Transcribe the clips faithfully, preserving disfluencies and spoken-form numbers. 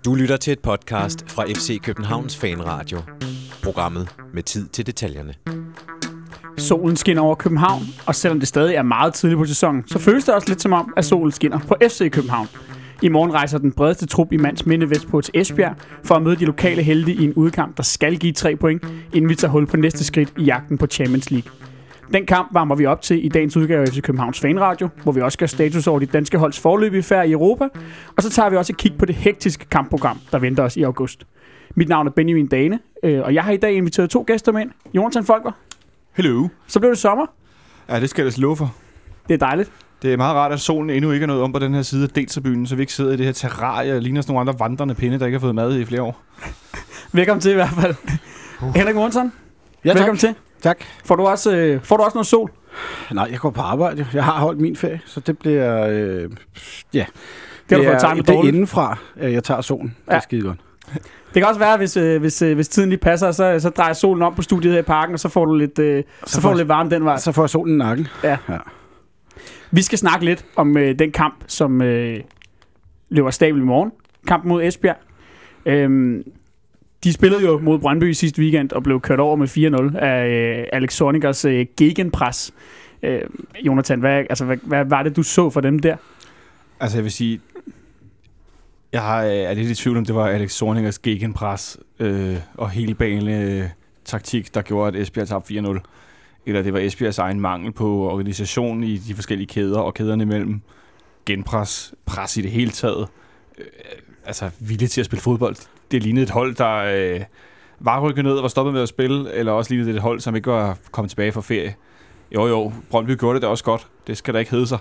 Du lytter til et podcast fra F C Københavns Fanradio. Programmet med tid til detaljerne. Solen skinner over København, og selvom det stadig er meget tidligt på sæsonen, så føles det også lidt som om, at solen skinner på F C København. I morgen rejser den bredeste trup i mands minde vestpå til Esbjerg for at møde de lokale helte i en udkamp, der skal give tre point, inden vi tager hul på næste skridt i jagten på Champions League. Den kamp varmer vi op til i dagens udgave af F C Københavns Fanradio, hvor vi også gør status over de danske holds forløbige færd i Europa, og så tager vi også et kig på det hektiske kampprogram, der venter os i august. Mit navn er Benjamin Dane, og jeg har i dag inviteret to gæster med ind. Jonathan Folker. Hello. Så blev det sommer. Ja, det skal jeg love for. Det er dejligt. Det er meget rart, at solen endnu ikke er nået om på den her side af deltribunen, så vi ikke sidder i det her terrarie og ligner sådan nogle andre vandrende pinde, der ikke har fået mad i flere år. Velkommen til i hvert fald. Uh. Henrik Mortensen. Ja, velkommen tak. til. Tak. Får du, også, øh, får du også noget sol? Nej, jeg går på arbejde. Jeg har holdt min ferie, så det bliver... Øh, ja. Det, det, det, er, det er indenfra, at jeg tager solen. Ja. Det er skide godt. Det kan også være, hvis, øh, hvis, øh, hvis tiden lige passer, så, så drejer solen om på studiet her i parken, og så får du lidt, øh, så så får du lidt varme den vej. Så får jeg solen i nakken. Ja. ja. Vi skal snakke lidt om øh, den kamp, som øh, løber stabel i morgen. Kampen mod Esbjerg. Øhm, de spillede jo mod Brøndby sidste weekend og blev kørt over med fire nul af øh, Alex Zornigers øh, gegenpres. Øh, Jonathan, hvad, altså, hvad, hvad var det, du så for dem der? Altså jeg vil sige, jeg har, er lidt i tvivl om, det var Alex Zornigers gegenpres øh, og hele bane øh, taktik, der gjorde, at Esbjerg tabte fire nul. Eller det var Esbjergs egen mangel på organisation i de forskellige kæder og kæderne imellem. Genpres, pres i det hele taget. Øh, altså villig til at spille fodbold. Det lignede et hold, der øh, var rykket ned og var stoppet med at spille, eller også lignede det et hold, som ikke var kommet tilbage fra ferie. Jo jo, Brøndby gjorde det da også godt. Det skal da ikke hedde sig.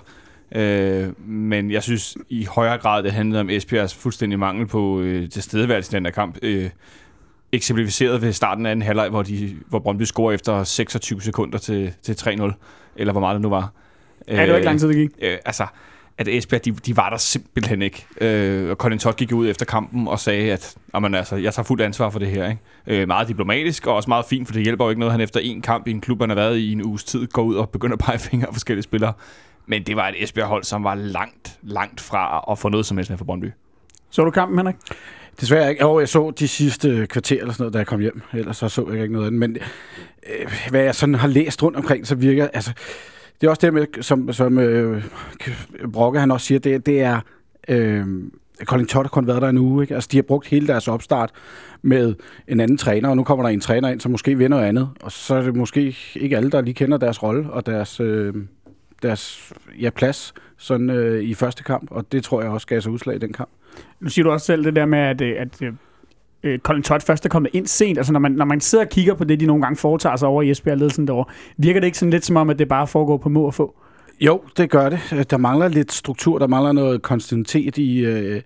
Øh, men jeg synes i højere grad, det handlede om Esbjergs fuldstændig mangel på øh, tilstedeværelse i den der kamp. Øh, eksemplificeret ved starten af en halvleg, hvor, de, hvor Brøndby scorer efter seksogtyve sekunder til, til tre nul, eller hvor meget det nu var. Ja, det var ikke lang tid, det gik. Øh, altså, at Esbjerg, de, de var der simpelthen ikke. Øh, og Colin Todd gik ud efter kampen og sagde, at jamen, altså, jeg tager fuldt ansvar for det her. Ikke? Øh, meget diplomatisk, og også meget fint, for det hjælper jo ikke noget, han efter en kamp i en klub, han har været i en uges tid, går ud og begynder at pege fingre af forskellige spillere. Men det var et Esbjerg-hold, som var langt, langt fra at få noget som helst med for Brøndby. Så du kampen, Henrik? Desværre ikke. Jo, jeg så de sidste kvarter eller sådan noget, da jeg kom hjem. Ellers så så jeg ikke noget af det. Men øh, hvad jeg sådan har læst rundt omkring, så virker... Altså, det er også det med, som, som øh, Brokke han også siger, det, det er... Øh, Colin Todd har kun været der en uge, ikke? Altså, de har brugt hele deres opstart med en anden træner, og nu kommer der en træner ind, som måske vil noget andet. Og så er det måske ikke alle, der lige kender deres rolle og deres... Øh, deres ja, plads sådan, øh, i første kamp, og det tror jeg også gav sig udslag i den kamp. Nu siger du også selv det der med, at, at, at uh, Colin Todd først er kommet ind sent. Altså når man, når man sidder og kigger på det, de nogle gange foretager sig over i Esbjerg-ledelsen derovre, virker det ikke sådan lidt som om, at det bare foregår på må og få? Jo, det gør det. Der mangler lidt struktur, der mangler noget kontinuitet i, øh,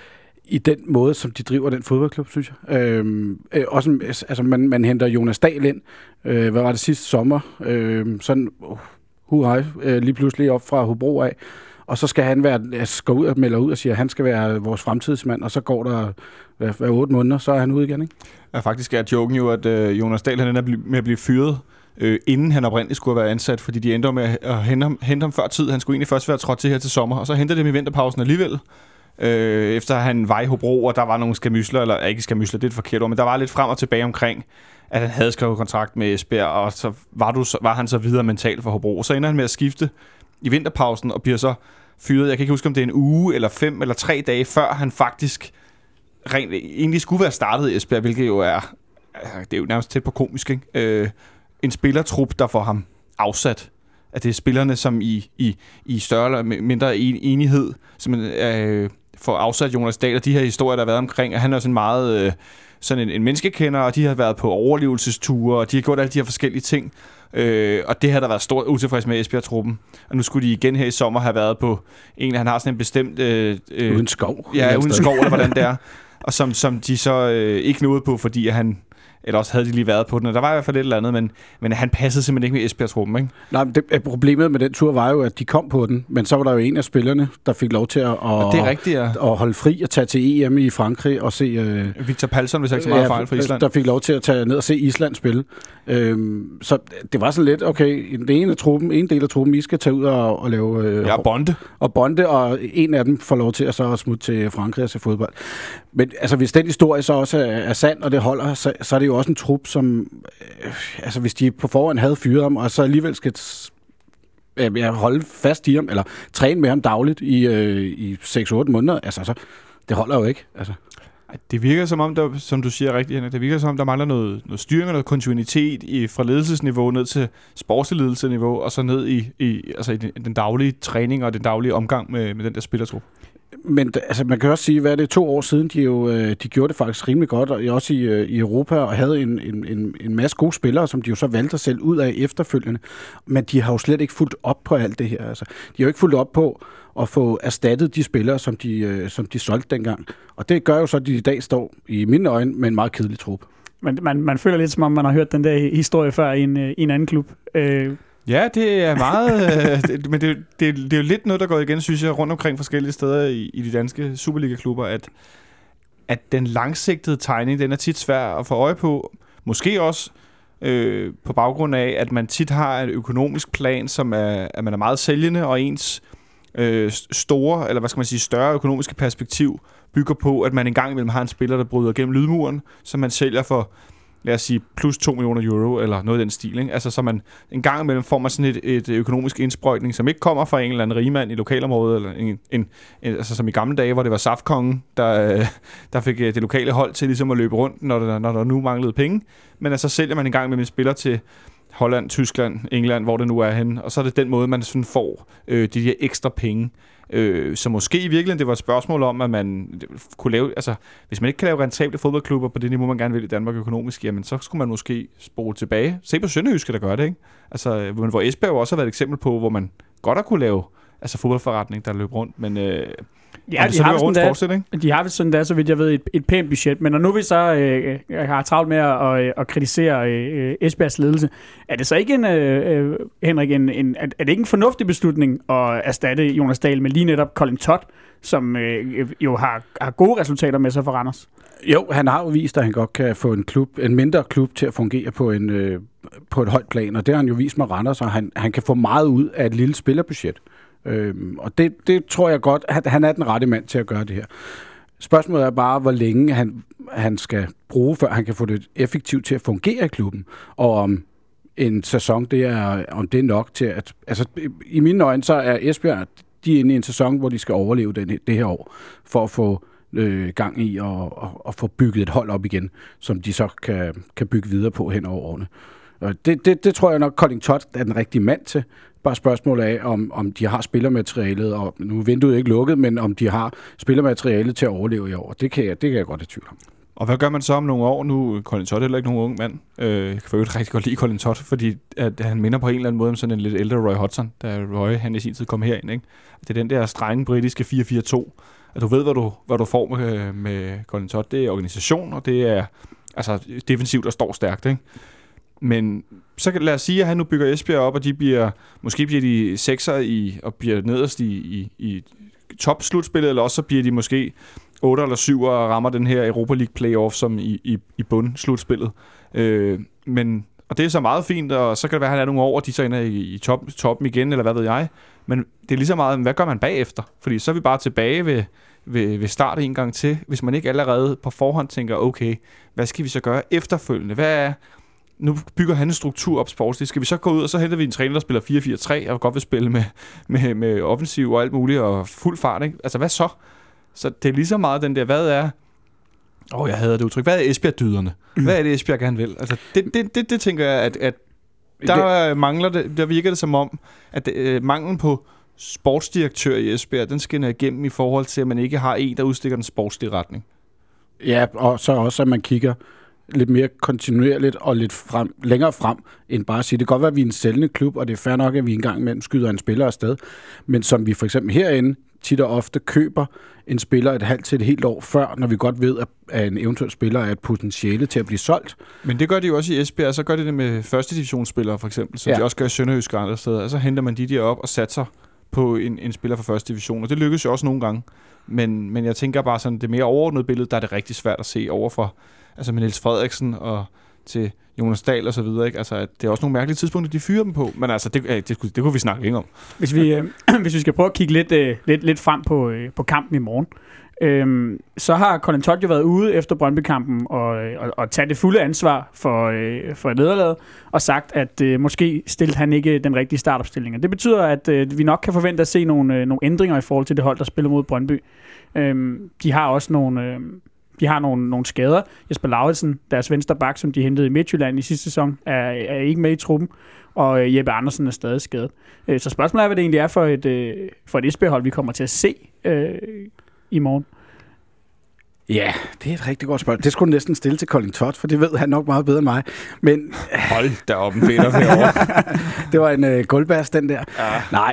i den måde, som de driver den fodboldklub, synes jeg. Øh, også, altså man, man henter Jonas Dahl ind. Øh, hvad var det sidste sommer? Øh, sådan... Uh, Huhej, øh, lige pludselig op fra Hobro af, og så skal han være, altså, gå ud og melde ud og sige, at han skal være vores fremtidsmand, og så går der hver, hver otte måneder, så er han ude igen, ikke? Ja, faktisk er joken jo, at øh, Jonas Dahl han er med at blive fyret, øh, inden han oprindeligt skulle have været ansat, fordi de endte med at hente ham, hente ham før tid. Han skulle egentlig først være trådt til her til sommer, og så henter dem i vinterpausen alligevel, øh, efter han var i Hobro, og der var nogle skamysler, eller ikke skamysler, det er et forkert ord, men der var lidt frem og tilbage omkring, at han havde skrevet kontrakt med Esbjerg, og så var, du, var han så videre mentalt for Hobro. Så ender han med at skifte i vinterpausen, og bliver så fyret. Jeg kan ikke huske, om det er en uge, eller fem, eller tre dage, før han faktisk rent, egentlig skulle være startet i Esbjerg, hvilket jo er, det er jo nærmest tæt på komisk, ikke? Øh, en spillertrup, der får ham afsat. At det er spillerne, som i, i, i større eller mindre enighed, som øh, får afsat Jonas Dahl, og de her historier, der har været omkring, at han er sådan meget... Øh, sådan en, en menneskekender, og de har været på overlevelsesture, og de har gjort alle de her forskellige ting. Øh, og det har der været stort utilfreds med Esbjerg-truppen. Og nu skulle de igen her i sommer have været på... Egentlig, han har sådan en bestemt... Øh, øh, uden skov. Ja, uden skov, eller hvordan det er. Og som, som de så øh, ikke nåede på, fordi han Eller også havde de lige været på den, og der var i hvert fald et eller andet, men, men han passede simpelthen ikke med Esbjerg-truppen, ikke? Nej, men det, problemet med den tur var jo, at de kom på den, men så var der jo en af spillerne, der fik lov til at, og det er rigtigt, ja. at holde fri og tage til E M i Frankrig og se... Øh, Victor Palsson, hvis jeg ikke så meget ja, fejl for Island. Der fik lov til at tage ned og se Island spille. Øhm, så det var sådan lidt, okay, den ene af truppen, en del af truppen, I skal tage ud og, og lave... Øh, ja, bonde. Og bonde, og en af dem får lov til at så smutte til Frankrig og se fodbold. Men altså, hvis den historie så også er, er sand, og det holder, så, så er det jo også en trup, som... Øh, altså, hvis de på forhånd havde fyret ham, og så alligevel skal øh, holde fast i ham, eller træne med ham dagligt i, øh, i seks otte måneder, altså, så, det holder jo ikke, altså. Det virker som om, der, som du siger rigtigt, Henrik, det virker som om, der mangler noget, noget styring og noget kontinuitet i, fra ledelsesniveau ned til sportsledelsesniveau, og så ned i, i, altså i den, den daglige træning og den daglige omgang med, med den der spillertrup. Men altså, man kan også sige, hvad er det to år siden, de, jo, de gjorde det faktisk rimelig godt, og også i, i Europa, og havde en, en, en masse gode spillere, som de jo så valgte selv ud af efterfølgende. Men de har jo slet ikke fulgt op på alt det her. Altså, de har jo ikke fulgt op på at få erstattet de spillere, som de, som de solgte dengang. Og det gør jo så, at de i dag står, i mine øjne, med en meget kedelig trup. Man, man, man føler lidt, som om man har hørt den der historie før i en, i en anden klub. Øh. Ja, det er meget, øh, det, men det, det, det er jo lidt noget, der går igen, synes jeg, rundt omkring forskellige steder i, i de danske Superliga-klubber, at, at den langsigtede tegning, den er tit svær at få øje på. Måske også øh, på baggrund af, at man tit har en økonomisk plan, som er, at man er meget sælgende, og ens øh, store, eller hvad skal man sige, større økonomiske perspektiv bygger på, at man engang imellem har en spiller, der bryder gennem lydmuren, som man sælger for, lad os sige, plus to millioner euro, eller noget af den stil, ikke? Altså, så man en gang imellem får man sådan et, et økonomisk indsprøjtning, som ikke kommer fra en eller anden rigmand i lokalområdet, eller en, en, en, altså som i gamle dage, hvor det var Saftkongen, der, der fik det lokale hold til ligesom at løbe rundt, når der, når der nu manglede penge. Men altså, sælger man en gang imellem en spiller til Holland, Tyskland, England, hvor det nu er henne, og så er det den måde, man sådan får øh, de her ekstra penge. Øh, så måske i virkeligheden, det var et spørgsmål om, at man kunne lave, altså hvis man ikke kan lave rentable fodboldklubber på det niveau, man gerne vil i Danmark økonomisk, jamen så skulle man måske spole tilbage. Se på Sønderjyske, der gør det, ikke? Altså, hvor Esbjerg jo også har været et eksempel på, hvor man godt har kunne lave altså fodboldforretning, der løb rundt, men øh, ja, de har, rundt fortsæt, ikke? de har vist sådan der, så vidt jeg ved, et, et pænt budget, men når nu vi så øh, har travlt med at, at, at kritisere øh, Esbjergs ledelse, er det så ikke en, øh, Henrik, en, en, er det ikke en fornuftig beslutning at erstatte Jonas Dahl med lige netop Colin Todd, som øh, jo har, har gode resultater med sig for Randers? Jo, han har jo vist, at han godt kan få en klub, en mindre klub til at fungere på en øh, på et højt plan, og det har han jo vist med Randers, og han, han kan få meget ud af et lille spillerbudget. Øhm, og det, det tror jeg godt, at han er den rette mand til at gøre det her. Spørgsmålet er bare, hvor længe han, han skal bruge, før han kan få det effektivt til at fungere i klubben, og om en sæson, det er, om det er nok til at... Altså, i mine øjne, så er Esbjerg, de er inde i en sæson, hvor de skal overleve den, det her år, for at få øh, gang i og, og, og få bygget et hold op igen, som de så kan, kan bygge videre på hen over årene. Og det, det, det tror jeg nok, Colin Todd er den rigtige mand til. Bare spørgsmål af, om, om de har spillermaterialet, og nu er vinduet ikke lukket, men om de har spillermaterialet til at overleve i år. Det kan jeg, det kan jeg godt have tvivl om. Og hvad gør man så om nogle år? Nu Colin Todd er heller ikke nogen ung mand. Øh, jeg kan for øvrigt rigtig godt lide Colin Todd, fordi at han minder på en eller anden måde om sådan en lidt ældre Roy Hodgson, da Roy han i sin tid kom herind. Ikke? Det er den der strenge britiske fire fire to. At du ved, hvad du, hvad du får med, med Colin Todd. Det er organisation, og det er altså defensivt og står stærkt, ikke? Men så kan lad os sige, at han nu bygger Esbjerg op, og de bliver, måske bliver de sekser i, og bliver nederst i, i, i top-slutspillet, eller også så bliver de måske otte eller syv og rammer den her Europa League playoff som i, i, i bund-slutspillet. Øh, men, og det er så meget fint, og så kan det være, at han er nogle år, og de så ender i, i top, toppen igen, eller hvad ved jeg. Men det er lige så meget, hvad gør man bagefter? Fordi så er vi bare tilbage ved, ved, ved start en gang til, hvis man ikke allerede på forhånd tænker, okay, hvad skal vi så gøre efterfølgende? Hvad er... Nu bygger han en struktur op sportsligt. Skal vi så gå ud, og så henter vi en træner, der spiller fire fire tre, og godt vil spille med, med, med offensiv og alt muligt, og fuld fart, ikke? Altså, hvad så? Så det er lige så meget den der, hvad er... Åh, oh, jeg hader det udtryk. Hvad er Esbjerg-dyderne? Hvad er det, Esbjerg gerne vil? Altså, det, det, det, det tænker jeg, at, at der det... mangler det, der virker det som om, at øh, manglen på sportsdirektør i Esbjerg, den skinner igennem i forhold til, at man ikke har en, der udstikker den sportslige retning. Ja, og så også, at man kigger lidt mere kontinuerligt og lidt frem, længere frem, end bare at sige, det kan godt være, at vi er en sælgende klub, og det er fair nok, at vi engang imellem skyder en spiller afsted, men som vi for eksempel herinde tit og ofte køber en spiller et halvt til et helt år før, når vi godt ved, at en eventuel spiller er et potentiale til at blive solgt. Men det gør de jo også i Esbjerg, så gør de det med første divisionsspillere for eksempel, så ja. de også gør i Sønderjysk og andre steder, og så henter man de der op og satser på en, en spiller fra første division, og det lykkes jo også nogle gange. Men, men jeg tænker bare sådan, det mere overordnede billede, der er det rigtig svært at se overfor, altså med Niels Frederiksen og til Jonas Dahl og så videre, ikke? Altså, det er også nogle mærkelige tidspunkter, de fyrer dem på, men altså, det, det, det, det kunne vi snakke længe om. Hvis vi, øh, hvis vi skal prøve at kigge lidt, øh, lidt, lidt frem på, øh, på kampen i morgen, øh, så har Colin Todd jo været ude efter Brøndby-kampen og, og, og tage det fulde ansvar for, øh, for nederlaget, og sagt, at øh, måske stillede han ikke den rigtige startopstilling. Og det betyder, at øh, vi nok kan forvente at se nogle, øh, nogle ændringer i forhold til det hold, der spiller mod Brøndby. Øh, de har også nogle... Øh, De har nogle, nogle skader. Jesper Lauritsen, deres venstre bak, som de hentede i Midtjylland i sidste sæson, er, er ikke med i truppen, og Jeppe Andersen er stadig skadet. Så spørgsmålet er, hvad det egentlig er for et, for et Esbjerg-hold, vi kommer til at se øh, i morgen. Ja, det er et rigtig godt spørgsmål. Det skulle du næsten stille til Colin Todd, for det ved han nok meget bedre end mig. Men hold da op en fætter herovre. Det var en øh, gulvbas, den der. Ja. Nej,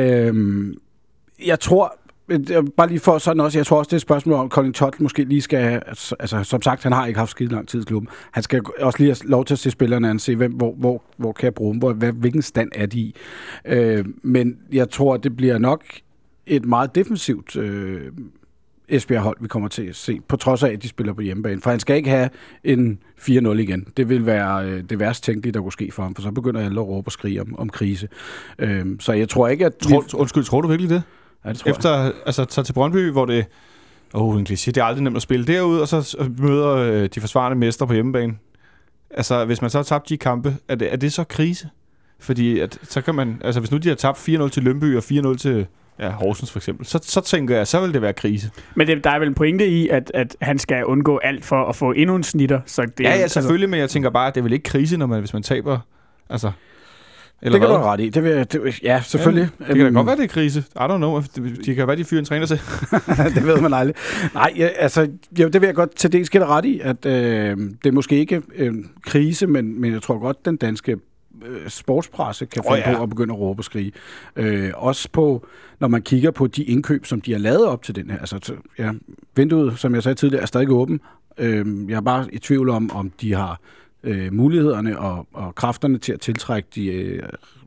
øh, jeg tror... Bare lige for sådan også, jeg tror også, det er et spørgsmål om, Colin Todd måske lige skal, altså som sagt, han har ikke haft skide lang tid i klubben. Han skal også lige have lov til at se spillerne og se, hvem, hvor, hvor, hvor kan jeg bruge dem, hvor, hvad, hvilken stand er de i. Øh, men jeg tror, det bliver nok et meget defensivt øh, Esbjerg-hold, vi kommer til at se, på trods af, at de spiller på hjemmebane. For han skal ikke have en fire nul igen. Det vil være øh, det værst tænkelige, der kunne ske for ham, for så begynder alle at råbe og skrige om, om krise. Øh, så jeg tror ikke, at... Tror, undskyld, tror du virkelig det? Ja, det efter altså tager til Brøndby, hvor det åh, en kliché, det er aldrig nemt at spille derude, og så møder øh, de forsvarende mestre på hjemmebane. Altså, hvis man så har tabt de kampe, er det, er det så krise? Fordi at, så kan man, altså hvis nu de har tabt fire nul til Lønby og fire nul til ja, Horsens for eksempel, så, så tænker jeg, så vil det være krise. Men det, der er vel en pointe i, at, at han skal undgå alt for at få endnu en snitter. Så det, ja, ja, selvfølgelig, men jeg tænker bare, at det er vel ikke krise, når man, hvis man taber, altså... Eller det kan du ret i. Det vil, det, ja, selvfølgelig. Ja, det kan da godt være, det er krise. I don't know. De kan være, de fyrer en træner til. Det ved man aldrig. Nej, ja, altså, jo, det vil jeg godt til dels give dig ret i, at øh, det er måske ikke øh, krise, men, men jeg tror godt, den danske øh, sportspresse kan finde oh, ja. på at begynde at råbe og skrige. Øh, også på, når man kigger på de indkøb, som de har lavet op til den her. Altså, ja, vinduet, som jeg sagde tidligere, er stadig åben. Øh, jeg er bare i tvivl om, om de har... Øh, mulighederne og, og kræfterne til at tiltrække de, øh,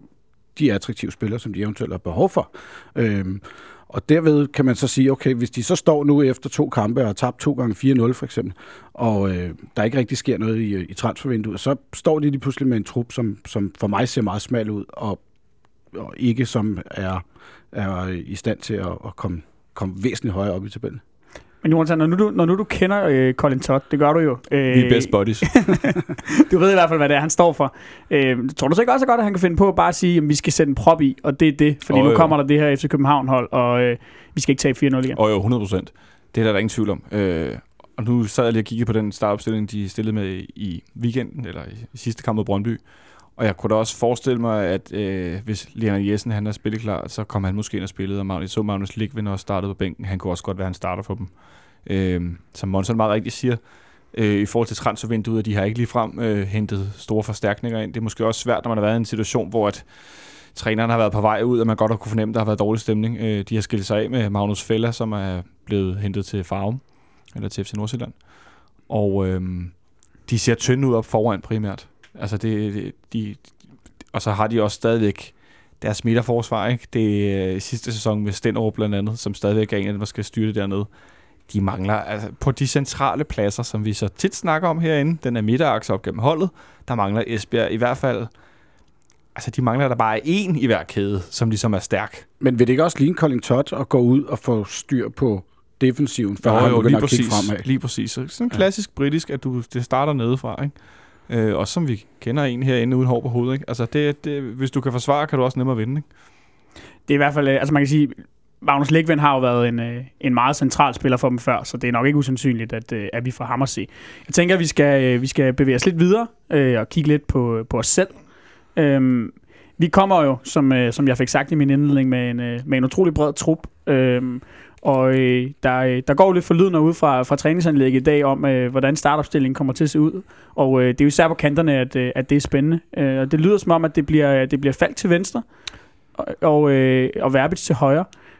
de attraktive spillere, som de eventuelt har behov for. Øhm, og derved kan man så sige, okay, hvis de så står nu efter to kampe og har tabt to gange fire nul for eksempel, og øh, der ikke rigtig sker noget i, i transfervinduet, så står de lige pludselig med en trup, som, som for mig ser meget smal ud, og, og ikke som er, er i stand til at, at komme, komme væsentligt højere op i tabellen. Men Jonathan, når nu du, når nu du kender øh, Colin Todd, det gør du jo. Øh, Vi er best buddies. Du ved i hvert fald, hvad det er, han står for. Øh, tror du så ikke også godt, at han kan finde på at bare sige, at vi skal sætte en prop i, og det er det, fordi oh, nu kommer der det her F C København-hold, og øh, vi skal ikke tage fire nul igen. Og oh, jo, hundrede procent. Det er der, der ingen tvivl om. Øh, og nu sad jeg lige og kiggede på den startopstilling, de stillede med i weekenden, eller i, i sidste kamp mod Brøndby. Og jeg kunne da også forestille mig, at øh, hvis Leonard Jessen han er spilleklar, så kom han måske ind og spillede, og Magnus, så Magnus Ligvin også startede på bænken. Han kunne også godt være, han starter for dem. Øh, som Monson meget rigtigt siger, øh, i forhold til transfervinduet, at de har ikke ligefrem øh, hentet store forstærkninger ind. Det er måske også svært, når man har været i en situation, hvor at træneren har været på vej ud, og man godt har kunne fornemme, at der har været dårlig stemning. Øh, de har skilt sig af med Magnus Fella, som er blevet hentet til Farum, eller til F C Nordsjælland. Og øh, de ser tynde ud op foran primært. Altså det, de, de, og så har de også stadigvæk deres midterforsvar, ikke? Det er sidste sæson med Stenderup blandt andet, som stadigvæk er en af dem, der skal styre det dernede. De mangler, altså på de centrale pladser, som vi så tit snakker om herinde, den er midterakse op gennem holdet, der mangler Esbjerg i hvert fald, altså de mangler der bare en i hver kæde, som ligesom er stærk. Men vil det ikke også ligne Colin Todd at gå ud og få styr på defensiven, før jo, han begynder at kigge fremad? Lige præcis. Så sådan klassisk ja. britisk, at du det starter nedefra, ikke? Øh, også som vi kender en herinde uden hår på hovedet, ikke? Altså det, det, hvis du kan forsvare, kan du også nemmere vinde, ikke? Det er i hvert fald, altså man kan sige, Magnus Ligvin har jo været en, en meget central spiller for dem før, så det er nok ikke usandsynligt, at, at vi får ham at se. Jeg tænker, at vi skal, vi skal bevæge os lidt videre øh, og kigge lidt på, på os selv. Øhm, vi kommer jo, som, som jeg fik sagt i min indledning, med en, med en utrolig bred trup. Øhm, og øh, der, der går lidt forlydende ud fra, fra træningsanlægget i dag om, øh, hvordan startopstillingen kommer til at se ud. Og øh, det er jo især på kanterne, at, øh, at det er spændende. Øh, og det lyder som om, at det bliver, det bliver Falk til venstre og, og, øh, og Verbitz til højre.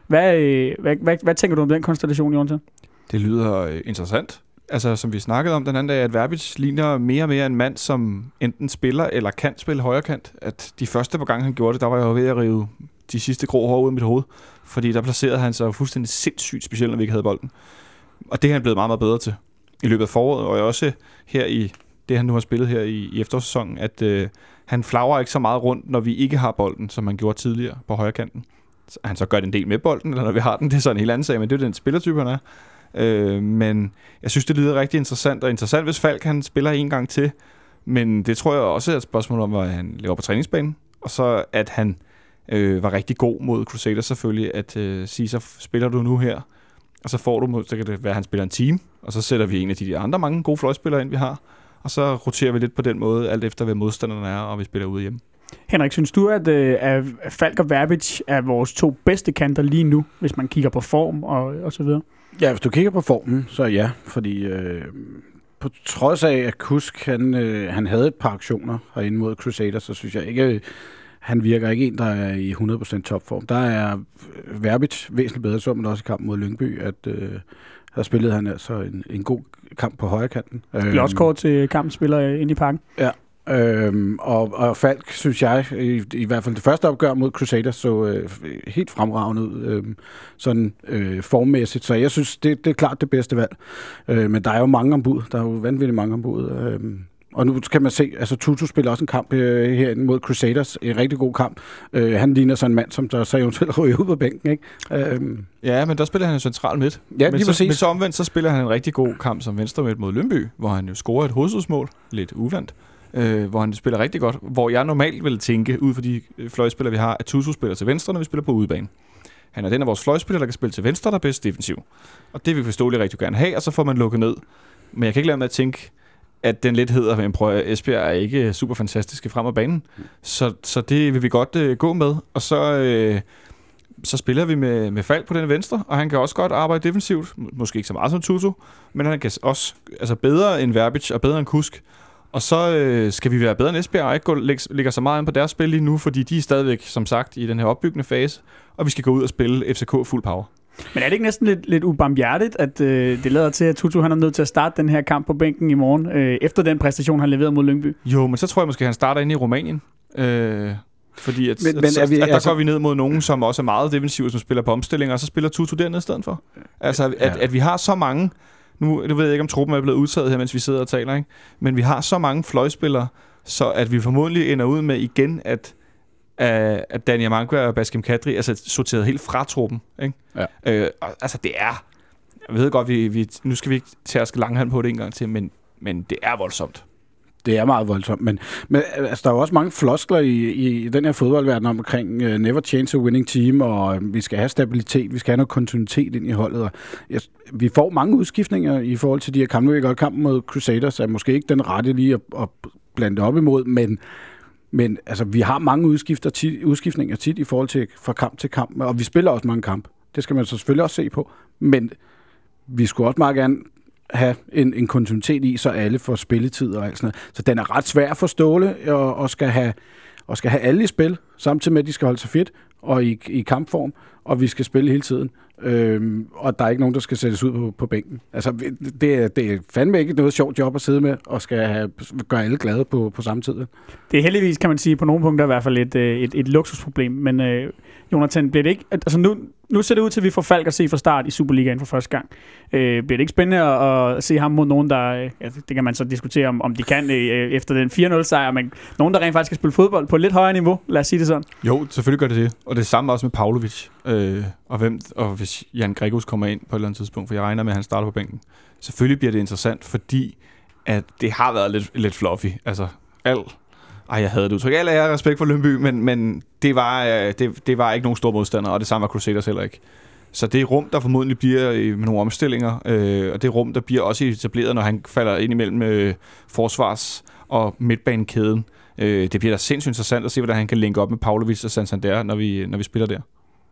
Hvad, øh, hvad, hvad, hvad tænker du om den konstellation, Jonathan? Det lyder øh, interessant. Altså, som vi snakkede om den anden dag, at Verbic ligner mere og mere en mand, som enten spiller eller kan spille højrekant. At de første par gange, han gjorde det, der var jeg jo ved at rive de sidste grå hår ud af mit hoved. Fordi der placerede han sig fuldstændig sindssygt, specielt når vi ikke havde bolden. Og det er han blevet meget, meget bedre til i løbet af foråret. Og også her i det, han nu har spillet her i, i efterårssæsonen, at øh, han flagrer ikke så meget rundt, når vi ikke har bolden, som han gjorde tidligere på højrekanten. Så han så gør det en del med bolden, eller når vi har den, det er så en helt anden sag, men det er den spillertype, han er. Øh, men jeg synes, det lyder rigtig interessant, og interessant, hvis Falk han spiller en gang til. Men det tror jeg også er et spørgsmål om, hvad han laver på træningsbanen. Og så at han øh, var rigtig god mod Crusaders selvfølgelig, at øh, sige, så spiller du nu her, og så får du, så kan det være, at han spiller en team, og så sætter vi en af de andre mange gode fløjspillere ind, vi har. Og så roterer vi lidt på den måde, alt efter hvad modstanderne er, og vi spiller ude hjemme. Henrik, synes du, at, at Falk og Verbic er vores to bedste kanter lige nu, hvis man kigger på form og, og så videre? Ja, hvis du kigger på formen, så ja, fordi øh, på trods af, at Kusk, han, øh, han havde et par aktioner herinde mod Crusaders, så synes jeg ikke, han virker ikke en, der er i hundrede procent topform. Der er Verbic væsentligt bedre, så man også i kampen mod Lyngby, at øh, der spillede han altså en, en god kamp på højre kanten. Spiller også kort til kampen, spiller ind i parken. Ja. Øhm, og, og Falk, synes jeg, i, i hvert fald det første opgør mod Crusaders, så øh, helt fremragende ud, øh, sådan øh, formmæssigt. Så jeg synes, det, det er klart det bedste valg. Øh, men der er jo mange ombud. Der er jo vanvittigt mange ombud. Øh, og nu kan man se, altså Tutu spiller også en kamp øh, herinde mod Crusaders. En rigtig god kamp. Øh, han ligner sådan en mand, som der så eventuelt ryger ud på bænken, ikke? Øh, ja, men der spiller han jo central midt. Ja, men, lige så, men så omvendt, så spiller han en rigtig god kamp som venstre midt mod Lyngby, hvor han jo scorer et hovedstødsmål. Lidt uvandt. Øh, hvor han spiller rigtig godt, hvor jeg normalt ville tænke, ud for de fløjspillere, vi har, at Tutu spiller til venstre, når vi spiller på udebane. Han er den af vores fløjspillere, der kan spille til venstre, der er bedst defensiv. Og det vil vi forståeligt rigtig gerne have, og så får man lukket ned. Men jeg kan ikke lade med at tænke, at den lidt hedder, at prøv, Esbjerg er ikke super fantastiske frem af banen. Så, så det vil vi godt øh, gå med, og så, øh, så spiller vi med, med Falk på den venstre, og han kan også godt arbejde defensivt, måske ikke så meget som Tutu, men han kan også altså bedre end Verbic og bedre end Kusk. Og så øh, skal vi være bedre end Esbjerg og ikke gå, læg, lægge så meget ind på deres spil lige nu, fordi de er stadigvæk, som sagt, i den her opbyggende fase, og vi skal gå ud og spille F C K fuld power. Men er det ikke næsten lidt, lidt ubarmhjertigt, at øh, det lader til, at Tutu han er nødt til at starte den her kamp på bænken i morgen, øh, efter den præstation, han leverede mod Lyngby? Jo, men så tror jeg måske, at han starter inde i Rumænien. Øh, fordi at, men, men at, vi, at der altså, går vi ned mod nogen, som også er meget defensive, som spiller på omstillinger, og så spiller Tutu dernede i stedet for. Altså, at, ja. at, at vi har så mange... Nu det ved jeg ikke, om truppen er blevet udtaget her, mens vi sidder og taler, ikke? Men vi har så mange fløjspillere, så at vi formodentlig ender ud med igen, at, at Daniel Mangua og Baskim Kadri altså sorteret helt fra truppen. Ikke? Ja. Øh, altså det er, jeg ved godt, vi, vi, nu skal vi ikke tærske langhand på det en gang til, men, men det er voldsomt. Det er meget voldsomt, men, men altså, der er jo også mange floskler i, i den her fodboldverden omkring uh, never change a winning team, og uh, vi skal have stabilitet, vi skal have noget kontinuitet ind i holdet. Og, ja, vi får mange udskiftninger i forhold til de her kampe. Nu er kampen mod Crusaders er måske ikke den rette lige at, at blande op imod, men, men altså, vi har mange udskifter tit, udskiftninger tit i forhold til fra kamp til kamp, og vi spiller også mange kampe. Det skal man så selvfølgelig også se på, men vi skulle også meget gerne have en, en kontinuitet i, så alle får spilletid og alt sådan noget. Så den er ret svær for Ståle, og, og, skal have, og skal have alle i spil, samtidig med, at de skal holde sig fedt og i, i kampform, og vi skal spille hele tiden. Øhm, og der er ikke nogen, der skal sættes ud på, på bænken. Altså, det er, det er fandme ikke noget sjovt job at sidde med, og skal have, gøre alle glade på, på samme tid. Det er heldigvis, kan man sige, på nogle punkter i hvert fald et, et, et luksusproblem, men øh, Jonathan, bliver det ikke... Altså nu, nu ser det ud til, at vi får Falk at se fra start i Superligaen for første gang. Øh, bliver det ikke spændende at, at se ham mod nogen, der... Øh, ja, det kan man så diskutere, om, om de kan øh, efter den fire nul sejr, men nogen, der rent faktisk skal spille fodbold på et lidt højere niveau, lad os sige det sådan. Jo, selvfølgelig gør det det. Og det samme også med Pavlovic. Øh, og, hvem, og hvis Jan Gregus kommer ind på et eller andet tidspunkt, for jeg regner med, at han starter på bænken. Selvfølgelig bliver det interessant, fordi at det har været lidt, lidt fluffy. Altså, alt... Ej, jeg havde det udtryk. Alle er respekt for Lyngby, men, men det, var, det, det var ikke nogen store modstandere, og det samme var Crusaders heller ikke. Så det rum, der formodentlig bliver med nogle omstillinger, øh, og det rum, der bliver også etableret, når han falder ind imellem øh, forsvars- og midtbanekæden, øh, det bliver da sindssygt interessant at se, hvordan han kan linke op med Pavlovic og Santander, når vi, når vi spiller der.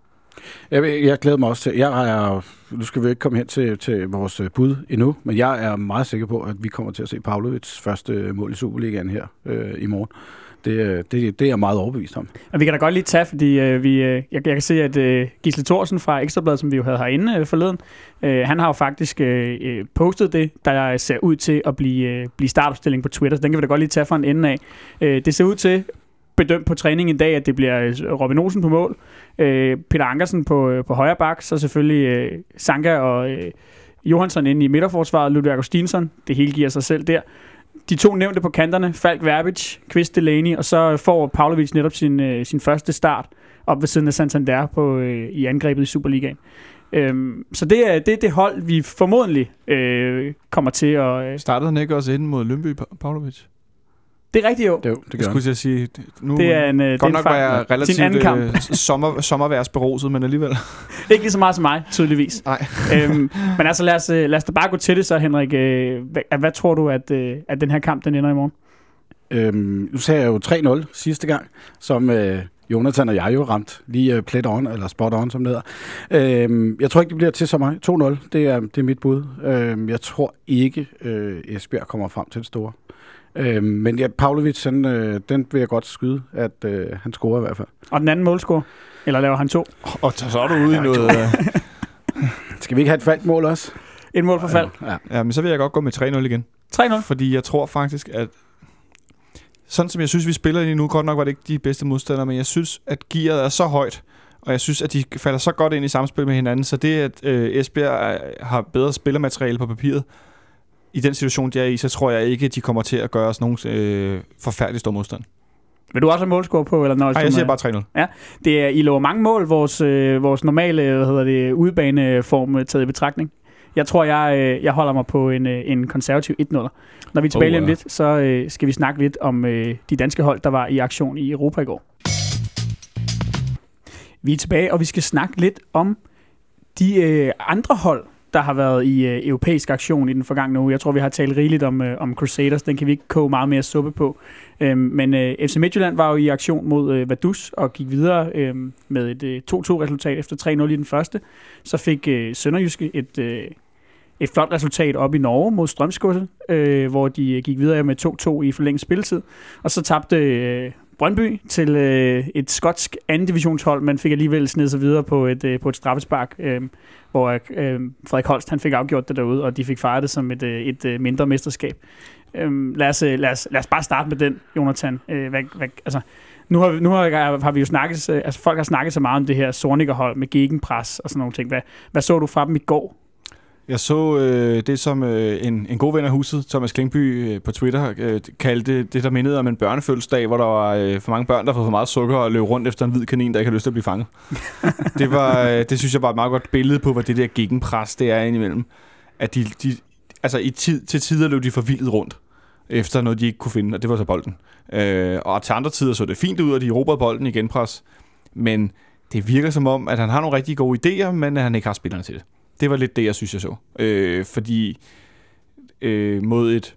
Jeg, jeg glæder mig også til, jeg er, nu skal vi ikke komme hen til, til vores bud endnu, men jeg er meget sikker på, at vi kommer til at se Pavlovics første mål i Superligaen her øh, i morgen. Det, det, det er jeg meget overbevist om. Og vi kan da godt lige tage, fordi øh, vi, øh, jeg, jeg kan se, at øh, Gisle Thorsen fra Ekstrabladet, som vi jo havde herinde øh, forleden, øh, han har jo faktisk øh, postet det, der ser ud til at blive, øh, blive startopstilling på Twitter, så den kan vi da godt lige tage fra en ende af. Øh, det ser ud til, bedømt på træning i dag, at det bliver Robin Olsen på mål, øh, Peter Ankersen på, øh, på højre bak, så selvfølgelig øh, Sanka og øh, Johansson inde i midterforsvaret, Ludvig Augustinsson, det hele giver sig selv der. De to nævnte på kanterne, Falk Verbic, Kvist Delaney, og så får Pavlovic netop sin, øh, sin første start op ved siden af Santander på, øh, i angrebet i Superligaen. Øhm, så det er, det er det hold, vi formodentlig øh, kommer til at... Øh, Startede han ikke også inden mod Lønby, Pavlovic? Det er rigtigt, jo. Det, jo, det jeg skulle til at sige, nu det er en, øh, godt det nok var jeg relativt øh, sommer, sommerværsberuset, men alligevel. Ikke lige så meget som mig, tydeligvis. Nej. øhm, men altså, lad os, lad os da bare gå til det så, Henrik. Øh, hvad, hvad tror du, at, øh, at den her kamp, den ender i morgen? Øhm, nu sagde jeg jo tre nul sidste gang, som øh, Jonathan og jeg jo ramt lige øh, plet on, eller spot on, som det hedder. Øhm, jeg tror ikke, det bliver til så meget. to nul, det er, det er mit bud. Øhm, jeg tror ikke, øh, Esbjerg kommer frem til det store. Øhm, men ja, Pavlovic, den, øh, den vil jeg godt skyde, at øh, han scorer i hvert fald. Og den anden målscore? Eller laver han to? Og så er du ude i noget... Skal vi ikke have et Falk-mål også? Et mål for Falk? Ja. Ja, men så vil jeg godt gå med tre nul igen. tre nul? Fordi jeg tror faktisk, at... Sådan som jeg synes, vi spiller lige nu, godt nok var det ikke de bedste modstandere, men jeg synes, at gearet er så højt, og jeg synes, at de falder så godt ind i samspil med hinanden, så det, at øh, Esbjerg har bedre spillermateriale på papiret, i den situation, de er i, så tror jeg ikke, at de kommer til at gøre os nogen øh, forfærdelig stor modstand. Vil du også have målscore på? Eller Nej, jeg siger bare tre nul. Ja, det er, I lover mange mål, vores, øh, vores normale hvad hedder det, udebaneform taget i betragtning. Jeg tror, jeg, øh, jeg holder mig på en, øh, en konservativ et nul. Når vi er tilbage oh, ja. lidt, så øh, skal vi snakke lidt om øh, de danske hold, der var i aktion i Europa i går. Vi er tilbage, og vi skal snakke lidt om de øh, andre hold, der har været i øh, europæisk aktion i den forgangne uge. Jeg tror, vi har talt rigeligt om, øh, om Crusaders. Den kan vi ikke koge meget mere suppe på. Øhm, men øh, F C Midtjylland var jo i aktion mod øh, Vaduz og gik videre øh, med et øh, to to resultat efter tre nul i den første. Så fik øh, Sønderjyske et, øh, et flot resultat op i Norge mod Strømsgodset, øh, hvor de gik videre med to to i forlænget spilletid. Og så tabte øh, Brøndby til øh, et skotsk anden divisionshold, men fik alligevel snedet sig videre på et, øh, på et straffespark, øh, hvor øh, Frederik Holst han fik afgjort det derude, og de fik fejret det som et, øh, et øh, mindre mesterskab. Øh, lad, os, lad, os, lad os bare starte med den, Jonathan. Øh, hvad, hvad, altså, nu har, nu har, har vi jo snakket, altså folk har snakket så meget om det her Zorniger-hold med gegenpres og sådan nogle ting. Hvad, hvad så du fra dem i går? Jeg så øh, det, som øh, en, en god ven af huset, Thomas Klingby, øh, på Twitter øh, kaldte det, der mindede om en børnefødselsdag, hvor der var øh, for mange børn, der fik for meget sukker og løb rundt efter en hvid kanin, der ikke har lyst til at blive fanget. det, var, øh, det synes jeg var et meget godt billede på, hvad det der gegenpres, det er indimellem. At de, de, altså i tid, til tider løb de forvildet rundt efter noget, de ikke kunne finde, og det var så bolden. Øh, og til andre tider så det fint ud, og de erobrede bolden i genpres. Men det virker som om, at han har nogle rigtig gode idéer, men at han ikke har spillerne til det. Det var lidt det, jeg synes, jeg så. Øh, fordi øh, mod et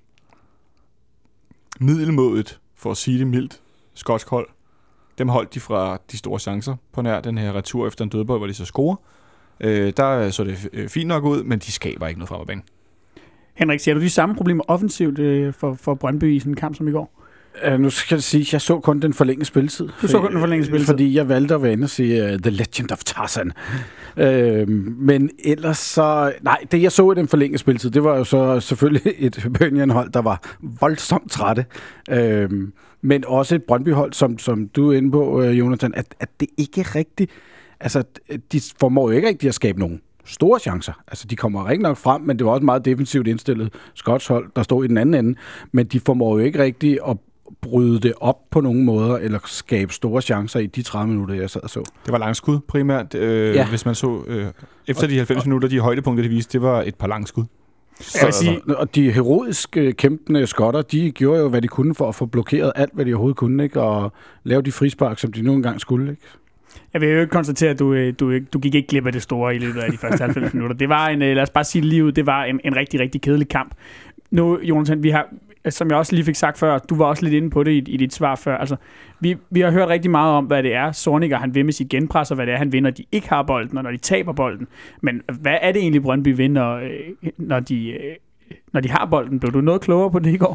middelmådet, for at sige det mildt, skotsk hold, dem holdt de fra de store chancer på nær den her retur efter en dødbold, hvor de så scorer. Øh, der så det øh, fint nok ud, men de skaber ikke noget frem af banen. Henrik, ser du de samme problemer offensivt øh, for, for Brøndby i sådan en kamp som i går? Uh, nu skal jeg sige, at jeg så kun den forlængede spilletid. Du så kun den forlængede spilletid? Fordi jeg valgte at være inde og sige uh, The Legend of Tarzan. uh, men ellers så... Nej, det jeg så i den forlængede spilletid, det var jo så selvfølgelig et Bønjen-hold, der var voldsomt trætte. Uh, men også et Brøndby-hold, som, som du er inde på, uh, Jonathan, at, at det ikke er rigtigt... Altså, de formår jo ikke rigtigt at skabe nogen store chancer. Altså, de kommer rigtig nok frem, men det var også meget defensivt indstillet skotshold, der stod i den anden ende. Men de formår jo ikke rigtigt at bryde det op på nogen måder, eller skabe store chancer i de tredive minutter, jeg sad og så. Det var langskud primært, øh, ja. Hvis man så... Øh, efter de halvfems minutter, de højdepunkter, de viste, det var et par langskud. Så, jeg vil sige, og de heroiske kæmpende skotter, de gjorde jo, hvad de kunne for at få blokeret alt, hvad de overhovedet kunne, ikke? Og lave de frispark, som de nu engang skulle, ikke? Jeg vil jo ikke konstatere, at du, du, du gik ikke glip af det store i løbet af de første halvfems minutter. Det var en, lad os bare sige det lige ud, det var en, en rigtig, rigtig kedelig kamp. Nu, Jonathan, vi har, som jeg også lige fik sagt før, du var også lidt inde på det i, i dit svar før. Altså, vi, vi har hørt rigtig meget om, hvad det er, Zorniger han vil med sit genpres, og hvad det er, han vil, når de ikke har bolden, og når de taber bolden. Men hvad er det egentlig, Brøndby vinder, når de, når de har bolden? Blev du noget klogere på det i går?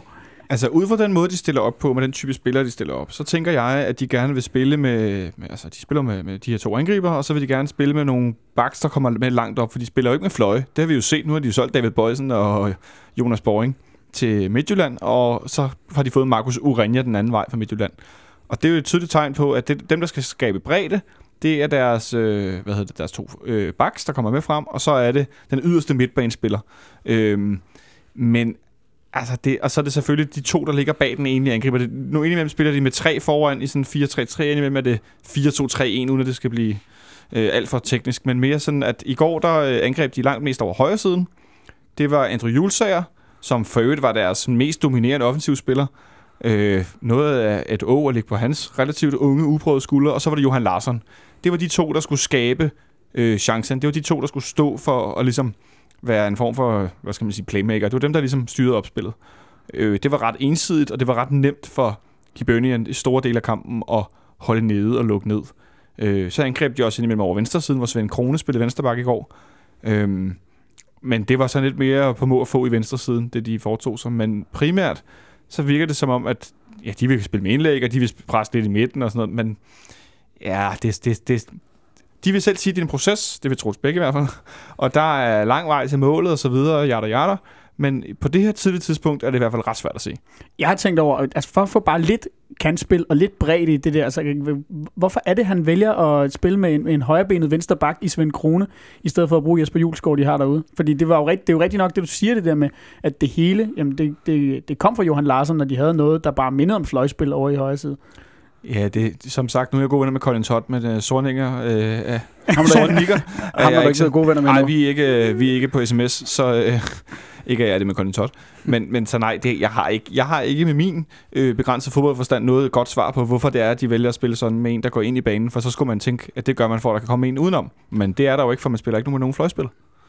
Altså, ud fra den måde, de stiller op på, med den type spillere, de stiller op, så tænker jeg, at de gerne vil spille med... med altså, de spiller med, med de her to angriber, og så vil de gerne spille med nogle backs, der kommer med langt op, for de spiller jo ikke med fløje. Det har vi jo set. Nu har de jo solgt David Boysen og Jonas Boring til Midtjylland, og så har de fået Markus Urenja den anden vej fra Midtjylland. Og det er jo et tydeligt tegn på, at det, dem, der skal skabe bredde, det er deres, øh, hvad hedder det, deres to øh, backs, der kommer med frem, og så er det den yderste midtbanespiller. Øhm, men altså det, og så er det selvfølgelig de to, der ligger bag den enlige angriber. Det, nu indimellem spiller de med tre foran i sådan fire tre tre, indimellem er det fire to tre en, uden at det skal blive øh, alt for teknisk, men mere sådan, at i går, der øh, angreb de langt mest over højre siden. Det var Andrew Julesager, som for øvrigt var deres mest dominerende offensivspiller. Øh, noget af et å at ligge på hans relativt unge, uprøvede skuldre, og så var det Johan Larsson. Det var de to, der skulle skabe øh, chancen. Det var de to, der skulle stå for at ligesom være en form for, hvad skal man sige, playmaker. Det var dem, der ligesom styrede opspillet. Øh, det var ret ensidigt, og det var ret nemt for Hibernian i store dele af kampen at holde nede og lukke ned. Øh, så angreb de også indimellem over venstre siden, hvor Svend Krone spillede venstreback i går. Øh, men det var sådan lidt mere på må at få i venstre siden, det de foretog sig. Men primært, så virker det som om, at ja, de vil spille med indlæg, og de vil presse lidt i midten og sådan noget, men ja, det, det, det, de vil selv sige, at det er en proces, det vil Troels Bæk i hvert fald, og der er lang vej til målet og så videre, jada jada, men på det her tidlige tidspunkt er det i hvert fald ret svært at se. Jeg har tænkt over, altså for at få bare lidt kantspil og lidt bredt i det der, altså hvorfor er det, han vælger at spille med en, en højrebenet venstreback i Svend Krone, i stedet for at bruge Jesper Julesgaard, de har derude? Fordi det var jo rigt, det er jo rigtigt nok, det du siger det der med, at det hele, jamen det, det, det kom fra Johan Larsson, når de havde noget, der bare mindede om fløjspil over i højre side. Ja, det som sagt, nu er jeg gode venner med Colin Todd, med uh, Sorninger. Øh, uh, Sorninger. Ham er du ikke gode venner med. Nej, vi er ikke, vi er ikke på sms, så uh, ikke er jeg det med Colin Todd. Men, men så nej, det, jeg, har ikke, jeg har ikke med min øh, begrænsede fodboldforstand noget godt svar på, hvorfor det er, at de vælger at spille sådan med en, der går ind i banen. For så skulle man tænke, at det gør man for, at der kan komme en udenom. Men det er der jo ikke, for man spiller ikke nu med nogen fløjspil.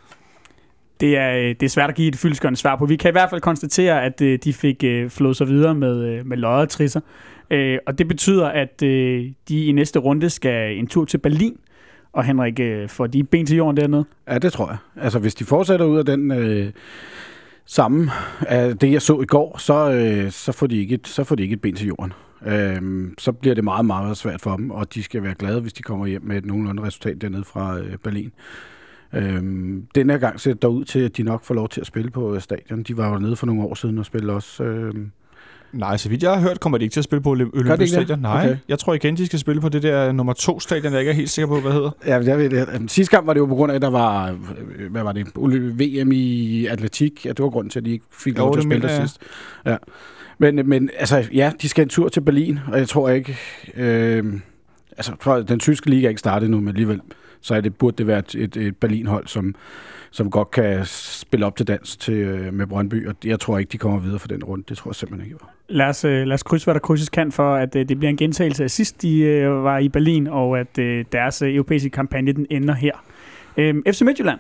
Det er, det er svært at give et fyldestgørende svar på. Vi kan i hvert fald konstatere, at øh, de fik øh, flået sig videre med, øh, med lodder og trisser. Øh, og det betyder, at øh, de i næste runde skal en tur til Berlin. Og Henrik, øh, får de ben til jorden dernede? Ja, det tror jeg. Altså, hvis de fortsætter ud af den øh, samme, af det jeg så i går, så, øh, så, får de ikke et, så får de ikke et ben til jorden. Øh, så bliver det meget, meget svært for dem, og de skal være glade, hvis de kommer hjem med et nogenlunde resultat dernede fra øh, Berlin. Øhm, den her gang ser det ud til, at de nok får lov til at spille på stadion. De var jo nede for nogle år siden og spille også. Øhm. Nej, så vidt jeg har hørt, kommer de ikke til at spille på Olympisk Stadion. Nej, okay. Jeg tror igen, de skal spille på det der nummer to stadion, jeg ikke er helt sikker på, hvad det hedder. Ja, jeg ved det. Sidste gang var det jo på grund af, at der var, hvad var det, V M i atletik. Ja, det var grunden til, at de ikke fik lov til at spille der sidst. Ja. Men, men altså, ja, de skal en tur til Berlin, og jeg tror ikke, øh, altså, tror, den tyske liga er ikke startet nu, men alligevel så er det, burde det være et, et, et Berlin-hold, som, som godt kan spille op til dans til, øh, med Brøndby, og jeg tror ikke, de kommer videre for den runde. Det tror jeg simpelthen ikke. Lad os, øh, lad os krydse, hvad der krydses kan for, at øh, det bliver en gentagelse af sidst, de øh, var i Berlin, og at øh, deres øh, europæiske kampagne, den ender her. Øh, F C Midtjylland,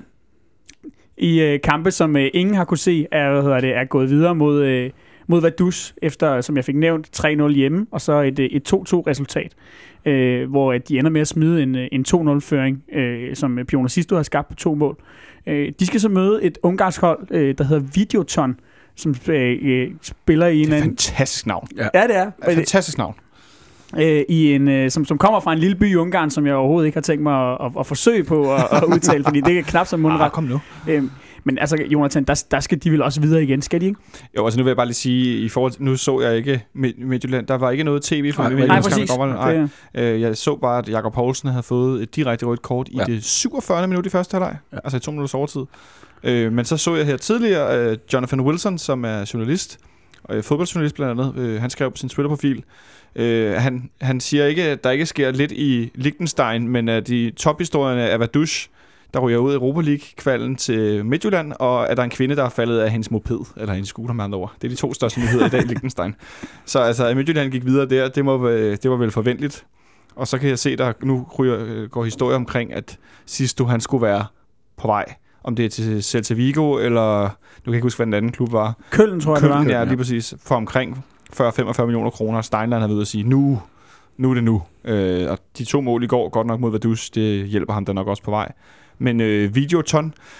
i øh, kampe, som øh, ingen har kunne se, er, hvad hedder det, er gået videre mod... Øh, mod Vaduz, efter, som jeg fik nævnt, tre nul hjemme, og så et, et to to resultat, øh, hvor de ender med at smide en, en to nul-føring, øh, som Pione Sisto har skabt på to mål. Øh, de skal så møde et ungarsk hold, øh, der hedder Videoton, som øh, spiller i en... Det er et fantastisk navn. Ja, ja det er. Et fantastisk navn. Øh, i en, øh, som, som kommer fra en lille by i Ungarn, som jeg overhovedet ikke har tænkt mig at, at, at forsøge på at, at udtale, fordi det er knap som mundret. Ah, kom nu. Øh, Men altså, Jonathan, der, der skal de vel også videre igen, skal de ikke? Jo, altså nu vil jeg bare lige sige, i forhold til, nu så jeg ikke Midtjylland, der var ikke noget tv for Midtjylland. Nej, præcis. Nej, øh, jeg så bare, at Jakob Poulsen havde fået et direkte rødt kort i ja. det syvogfyrre minut i første halvleg, ja. altså i to minutters overtid. Øh, men så så jeg her tidligere, øh, Jonathan Wilson, som er journalist, og øh, fodboldjournalist blandt andet, øh, han skrev på sin Twitter-profil, øh, han, han siger ikke, at der ikke sker lidt i Liechtenstein, men at de tophistorierne af Vaduz, der ryger ud i Europa League-kvalden til Midtjylland, og er der en kvinde, der er faldet af hendes moped, eller hendes scooter med andre ord. Det er de to største nyheder i dag i Liechtenstein. Så altså, at Midtjylland gik videre der, det, må, det var vel forventeligt. Og så kan jeg se, der nu ryger, går historie omkring, at Sisto, han skulle være på vej. Om det er til Celta Vigo, eller nu kan jeg ikke huske, hvad den anden klub var. Køln, tror jeg, Køln, det var. Ja, lige præcis. For omkring fyrre til femogfyrre millioner kroner. Steinlein har ved at sige, nu, nu er det nu. Øh, og de to mål i går, godt nok mod Vaduz, det hjælper ham da nok også på vej. Men øh, Videoton,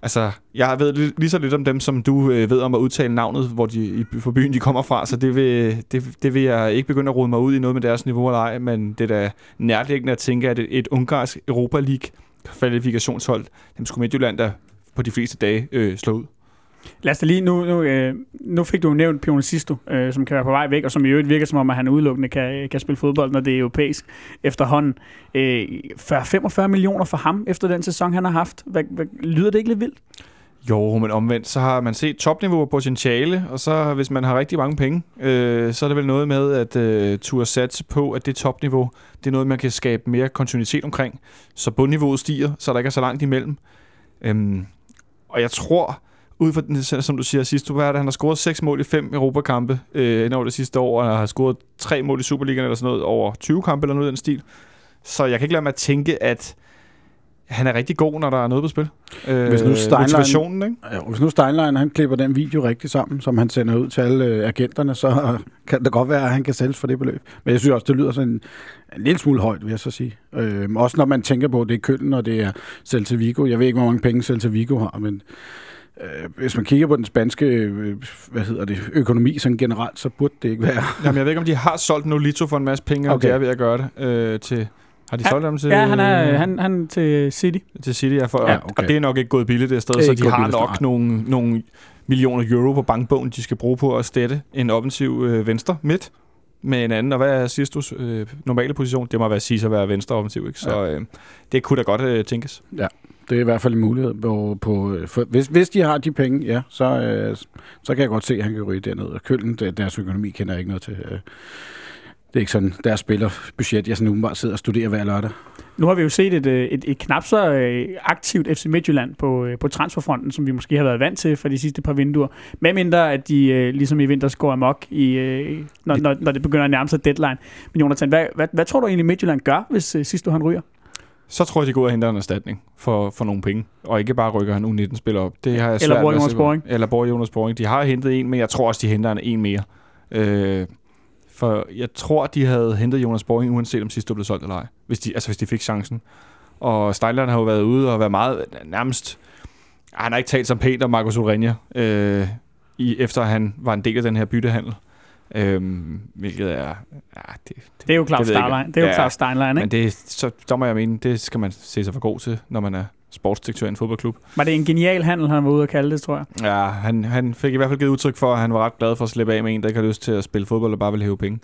Altså, jeg ved lige, lige så lidt om dem, som du øh, ved om at udtale navnet, hvor de i for byen de kommer fra, så det vil, det, det vil jeg ikke begynde at rode mig ud i noget med deres niveau eller ej, men det er da nærliggende at tænke, at et, et ungarsk Europa League kvalifikationshold, dem skulle Midtjylland da på de fleste dage øh, slå ud. Lad os da lige, nu, nu, øh, nu fik du jo nævnt Pionicisto, øh, som kan være på vej væk, og som i øvrigt virker som om, at han udelukkende kan, kan spille fodbold, når det er europæisk efterhånden. Øh, fyrre femogfyrre millioner for ham efter den sæson, han har haft. Hvad, hvad, lyder det ikke lidt vildt? Jo, men omvendt, så har man set topniveau og potentiale, og så hvis man har rigtig mange penge, øh, så er det vel noget med at øh, turde satse på, at det topniveau, det er noget, man kan skabe mere kontinuitet omkring, så bundniveauet stiger, så der ikke er så langt imellem. Øhm, og jeg tror, ud fra den, som du siger sidst, du var der, han har scoret seks mål i fem Europakampe øh, over det sidste år, og har scoret tre mål i Superligaen eller sådan noget over tyve kampe eller noget i den stil. Så jeg kan ikke lade mig at tænke, at han er rigtig god, når der er noget på spil. Øh, hvis nu Steinlein, ikke? Ja, hvis nu Steinlein, han klipper den video rigtig sammen, som han sender ud til alle øh, agenterne, så kan det godt være, at han kan sælges for det beløb. Men jeg synes også, det lyder sådan en, en lille smule højt, vil jeg så sige. Øh, også når man tænker på, at det er Køln, og det er Celta Vigo. Jeg ved ikke, hvor mange penge Celta Vigo har, men øh, hvis man kigger på den spanske øh, hvad hedder det, økonomi sådan generelt, så burde det ikke være. Jamen, jeg ved ikke, om de har solgt Nolito for en masse penge, okay. Og de er ved at gøre det øh, til... Har de solgt ham til... Ja, han er han, han til City. Til City, ja. For, ja okay. Og det er nok ikke gået billigt det sted, så de har nok nogle, nogle millioner euro på bankbogen, de skal bruge på at stætte en offensiv øh, venstre midt med en anden. Og hvad er Sistus øh, normale position? Det må være sige at være venstre offensiv, ikke? Så øh, det kunne da godt øh, tænkes. Ja, det er i hvert fald en mulighed. På, på, for, hvis, hvis de har de penge, ja, så, øh, så kan jeg godt se, at han kan ryge derned. Og Køln, deres økonomi kender jeg ikke noget til... Øh. Det er ikke sådan, deres spillerbudget, jeg sådan umiddelbart sidder og studerer hver lørdag. Nu har vi jo set et, et, et knap så aktivt F C Midtjylland på, på transferfronten, som vi måske har været vant til for de sidste par vinduer. Med mindre, at de ligesom i vinter går amok, i, når, når, når det begynder at nærme sig deadline. Men Jonathan, hvad, hvad, hvad tror du egentlig Midtjylland gør, hvis sidst han ryger? Så tror jeg, de går ud og henter en erstatning for, for nogle penge, og ikke bare rykker han U nitten-spiller op. Det har jeg Eller bruger Jonas Boring. Eller bruger Jonas Boring. De har hentet en, men jeg tror også, de henter en, en mere. Øh, For jeg tror, de havde hentet Jonas Boring, uanset om sidst du blev solgt eller ej. Hvis de, altså hvis de fik chancen. Og Steinlein har jo været ude og været meget nærmest... Han har ikke talt som pænt om Marcos Urania, øh, i, efter han var en del af den her byttehandel. Øh, hvilket er... Ja, det, det er jo Claus Steinlein. Det er jo ja, Claus Steinlein, ikke? Men det, så, så må jeg mene, det skal man se sig for god til, når man er sportsdirektør i en fodboldklub. Var det en genial handel, han var ude at kalde det, tror jeg? Ja, han, han fik i hvert fald givet udtryk for, at han var ret glad for at slippe af med en, der ikke har lyst til at spille fodbold og bare vil hæve penge.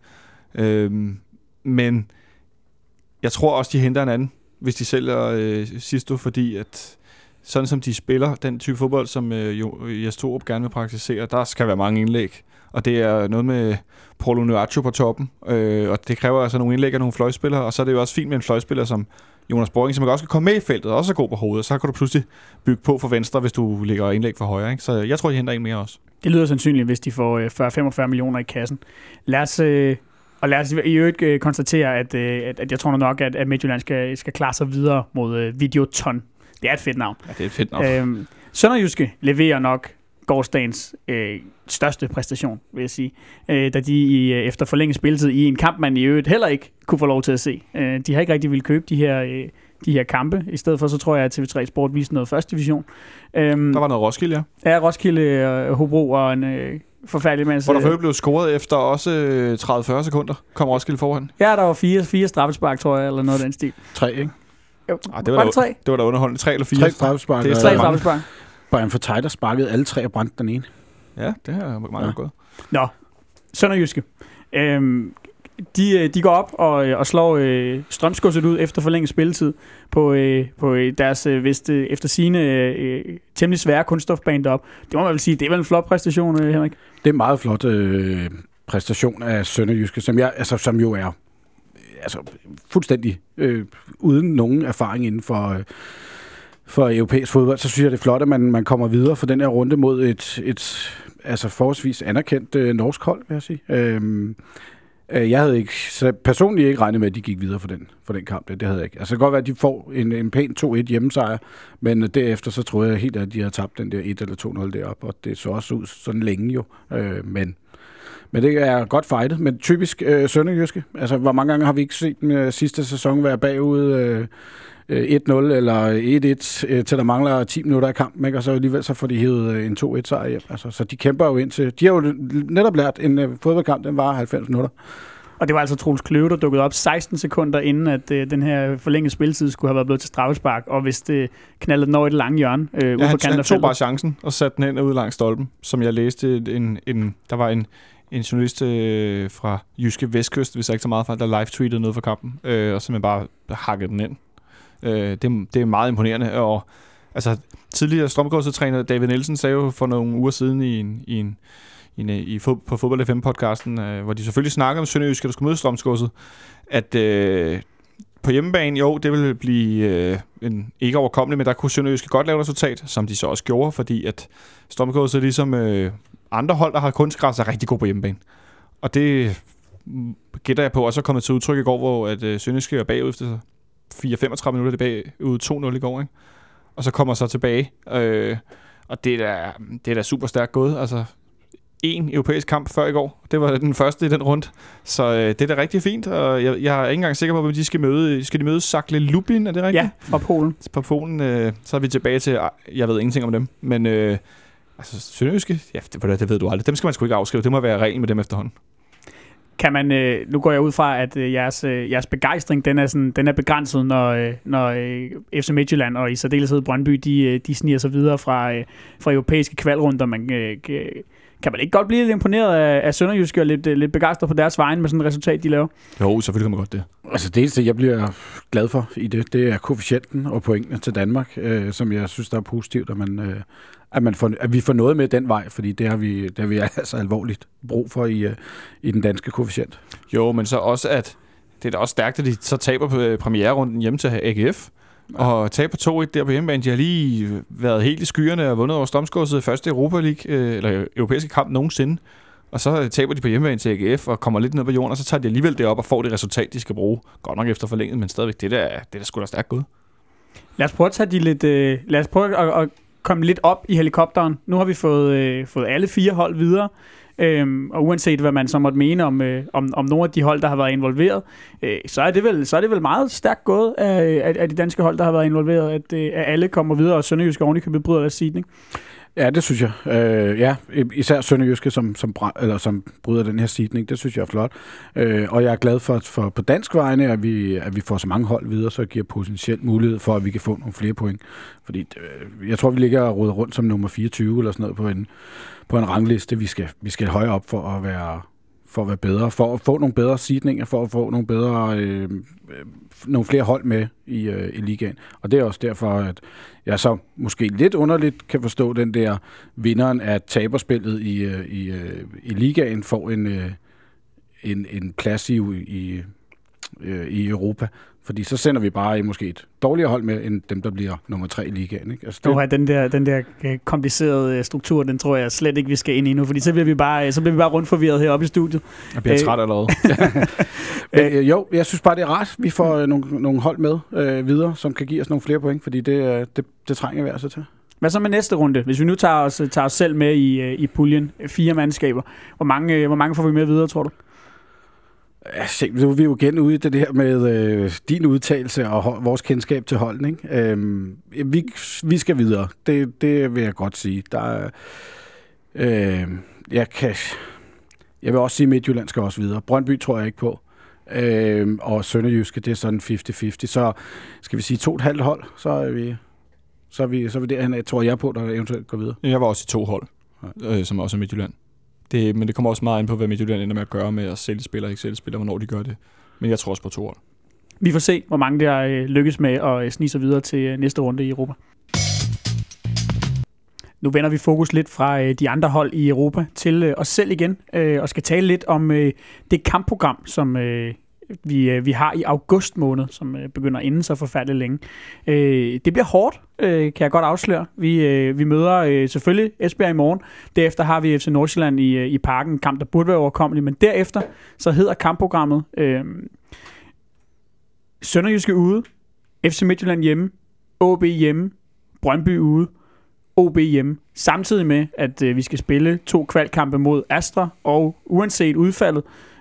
Øhm, men jeg tror også, de henter en anden, hvis de sælger øh, Sisto, fordi at sådan som de spiller, den type fodbold, som øh, Jes Torup gerne vil praktisere, der skal være mange indlæg. Og det er noget med Paulo Nuaccio på toppen, øh, og det kræver altså nogle indlæg af nogle fløjspillere, og så er det jo også fint med en fløjspiller som Jonas Boring, som også kan komme med i feltet, og også er god på hovedet, så kan du pludselig bygge på for venstre, hvis du lægger indlæg for højre. Ikke? Så jeg tror, de henter en mere også. Det lyder sandsynligt, hvis de får fyrre til femogfyrre millioner i kassen. Lad os, øh, og lad os i øvrigt øh, konstatere, at, øh, at, at jeg tror nok, at, at Midtjylland skal, skal klare sig videre mod øh, Videoton. Det er et fedt navn. Ja, det er et fedt navn. Øhm, Sønderjyske leverer nok gårsdagens øh, største præstation, vil jeg sige. Øh, da de i, efter forlænget spilletid i en kamp, man i øvrigt heller ikke kunne få lov til at se. Øh, de har ikke rigtig ville købe de her, øh, de her kampe. I stedet for, så tror jeg, at T V tre Sport viste noget første division. Øhm, der var noget Roskilde, ja. Ja, Roskilde, og Hobro og en øh, forfærdelig masse... Hvor der for blev scoret efter også øh, tredive til fyrre sekunder, kom Roskilde foran. Ja, der var fire, fire straffespark, tror jeg, eller noget af den stil. Tre, ikke? Jo, ah, det var, var der, det tre? Det var da underholdende. Tre eller fire? Tre straffespark. Det er tre straffespark. Brian Fortejder sparkede alle tre og brændte den ene. Ja, det har meget ja. gået. Nå, Sønderjyske. Øhm, de, de går op og, og slår øh, Strømsgodset ud efter forlænget spilletid på, øh, på deres øh, vist, øh, efter sine øh, temmelig svære kunststofbane deroppe. Det må man vel sige, det er vel en flot præstation, øh, Henrik? Det er en meget flot øh, præstation af Sønderjyske, som, jeg, altså, som jo er altså, fuldstændig øh, uden nogen erfaring inden for... Øh, for europæisk fodbold, så synes jeg, det er flot, at man, man kommer videre for den her runde mod et, et altså forholdsvis anerkendt øh, norsk hold, vil jeg sige. Øhm, øh, jeg havde ikke, så personligt ikke regnet med, at de gik videre for den, for den kamp. Det, det havde jeg ikke. Altså det kan godt være, at de får en, en pæn to et hjemmesejr, men derefter så troede jeg helt, at de havde tabt den der et eller to nul deroppe, og det så også ud sådan længe jo. Øh, men, men det er godt fightet, men typisk øh, sønderjyske. Altså, hvor mange gange har vi ikke set den øh, sidste sæson være bagud... Øh, et nul eller et et, øh, til der mangler ti minutter i kampen, ikke? Og så alligevel så får de hævet øh, en to et sejr hjem. Altså, så de kæmper jo ind til... De har jo netop lært, en øh, fodboldkamp, den var halvfems minutter. Og det var altså Troels Kløve, der dukkede op seksten sekunder inden, at øh, den her forlængede spilletid skulle have været blevet til straffespark, og hvis det knaldede den over i det lange hjørne. Øh, ja, han, han tog bare chancen og satte den ind ude langs stolpen, som jeg læste. En, en, der var en, en journalist øh, fra Jyske Vestkyst, hvis jeg ikke så meget fra, der live-tweetede noget fra kampen, øh, og simpelthen bare hakkede den ind. Øh, det, det er meget imponerende, og altså, tidligere Strømgårdstræner David Nielsen sagde jo for nogle uger siden i en... I en I, i, på Fodbold F M-podcasten, øh, hvor de selvfølgelig snakkede om Sønderjyske, der skulle møde Strømsgodset, at øh, på hjemmebane, jo, det ville blive øh, en, ikke overkommelig, men der kunne Sønderjyske godt lave et resultat, som de så også gjorde, fordi at Strømsgodset ligesom øh, andre hold, der har kunstgræs, er rigtig god på hjemmebane. Og det gætter jeg på, og så kom det til udtryk i går, hvor at øh, Sønderjyske er bagud efter fire femogtredive minutter tilbage, ude to nul i går, ikke? Og så kommer så tilbage, øh, og det er da, det er da super stærkt gået, altså en europæisk kamp før i går. Det var den første i den runde. Så øh, det er da rigtig fint, og jeg, jeg er ikke engang sikker på, hvem de skal møde. Skal de møde Zakle Lublin, er det rigtigt? Ja, fra Polen. Fra Polen, øh, så er vi tilbage til, jeg ved ingenting om dem, men øh, altså Sønderjyske, ja, det, det ved du aldrig. Dem skal man sgu ikke afskrive. Det må være reglen med dem efterhånden. Kan man, øh, nu går jeg ud fra, at øh, jeres, øh, jeres begejstring, den er, sådan, den er begrænset, når, øh, når øh, F C Midtjylland og i særdeleshed Brøndby, de, øh, de sniger sig videre fra, øh, fra europæiske kvalrunder. Man øh, kan man ikke godt blive lidt imponeret af, af Sønderjyske og lidt, lidt begejstret på deres vejen med sådan et resultat, de laver? Jo, selvfølgelig kan man godt det. Altså det eneste, jeg bliver glad for i det, det er koefficienten og pointene til Danmark, øh, som jeg synes, der er positivt, at, man, øh, at, man får, at vi får noget med den vej, fordi det har vi, det har vi altså alvorligt brug for i, øh, i den danske koefficient. Jo, men så også, at det er da også stærkt, at de så taber på premiererunden hjemme til A G F. Og taber to et der på hjemmebane. De har lige været helt i skyerne og vundet over Strømsgodset første Europa League, øh, eller europæiske kamp nogensinde. Og så taber de på hjemmebane til A G F og kommer lidt ned på jorden, og så tager de alligevel det op og får det resultat, de skal bruge. Godt nok efter forlænget, men stadigvæk, det der, det der sgu da stærkt gået. Lad os prøve at tage de lidt, øh, lad os prøve at, at komme lidt op i helikopteren. Nu har vi fået, øh, fået alle fire hold videre. Øhm, og uanset hvad man så måtte mene om, øh, om, om nogle af de hold, der har været involveret, øh, så, er det vel, så er det vel meget stærkt gået af, af, af de danske hold, der har været involveret, at, øh, at alle kommer videre, og Sønderjyske ovenikøbet bryder deres seedning. Ja, det synes jeg. Øh, ja, især Sønderjyske, som, som, eller som bryder den her seedning, det synes jeg er flot. Øh, og jeg er glad for, for på dansk vegne, at vi, at vi får så mange hold videre, så giver potentielt mulighed for, at vi kan få nogle flere point. Fordi øh, jeg tror, vi ligger og roder rundt som nummer fireogtyve eller sådan noget på en, på en rangliste. Vi skal, vi skal højere op for at være... for at være bedre, for at få nogle bedre seedninger, for at få nogle bedre, øh, nogle flere hold med i, øh, i ligaen. Og det er også derfor, at jeg så måske lidt underligt kan forstå den der vinderen af taberspillet i, øh, i, øh, i ligaen får en, øh, en, en plads i, i, øh, i Europa. Fordi så sender vi bare måske et dårligere hold med, end dem, der bliver nummer tre i ligaen. Ikke? Altså, det... Oha, den der, den der komplicerede struktur, den tror jeg slet ikke, vi skal ind i nu, fordi så bliver vi bare, så bliver vi bare rundt forvirret heroppe i studiet. Jeg bliver træt allerede. Men, øh, jo, jeg synes bare, det er rart, vi får øh, nogle, nogle hold med øh, videre, som kan give os nogle flere point, fordi det, øh, det, det trænger vi altså til. Hvad så med næste runde? Hvis vi nu tager os, tager os selv med i, i puljen, fire mandskaber, hvor mange, hvor mange får vi med videre, tror du? Ja, se, nu er vi jo igen ude i det her med øh, din udtalelse og hold, vores kendskab til holden, ikke? Øhm, vi, vi skal videre, det, det vil jeg godt sige. Der er, øh, jeg, kan, jeg vil også sige, at Midtjylland skal også videre. Brøndby tror jeg ikke på. Øh, og Sønderjyske, det er sådan halvtreds halvtreds. Så skal vi sige to og et halvt hold, så er vi, så er vi, så er vi derhen, tror jeg på, der eventuelt går videre. Jeg var også i to hold, øh, som også er Midtjylland. Det, men det kommer også meget ind på, hvad Midtjylland ender med at gøre med at sælge spillere, ikke sælge spillere, hvornår de gør det. Men jeg tror også på to hold. Vi får se, hvor mange der øh, lykkes med at øh, snige sig videre til øh, næste runde i Europa. Nu vender vi fokus lidt fra øh, de andre hold i Europa til øh, os selv igen, øh, og skal tale lidt om øh, det kampprogram, som øh, vi, øh, vi har i august måned, som øh, begynder inden så forfærdeligt længe. Øh, det bliver hårdt, øh, kan jeg godt afsløre. Vi, øh, vi møder øh, selvfølgelig Esbjerg i morgen. Derefter har vi F C Nordsjælland i, øh, i Parken, en kamp, der burde være overkommelig, men derefter så hedder kampprogrammet øh, Sønderjyske ude, F C Midtjylland hjemme, O B hjemme, Brøndby ude, O B hjemme, samtidig med, at øh, vi skal spille to kvalkampe mod Astra, og uanset udfaldet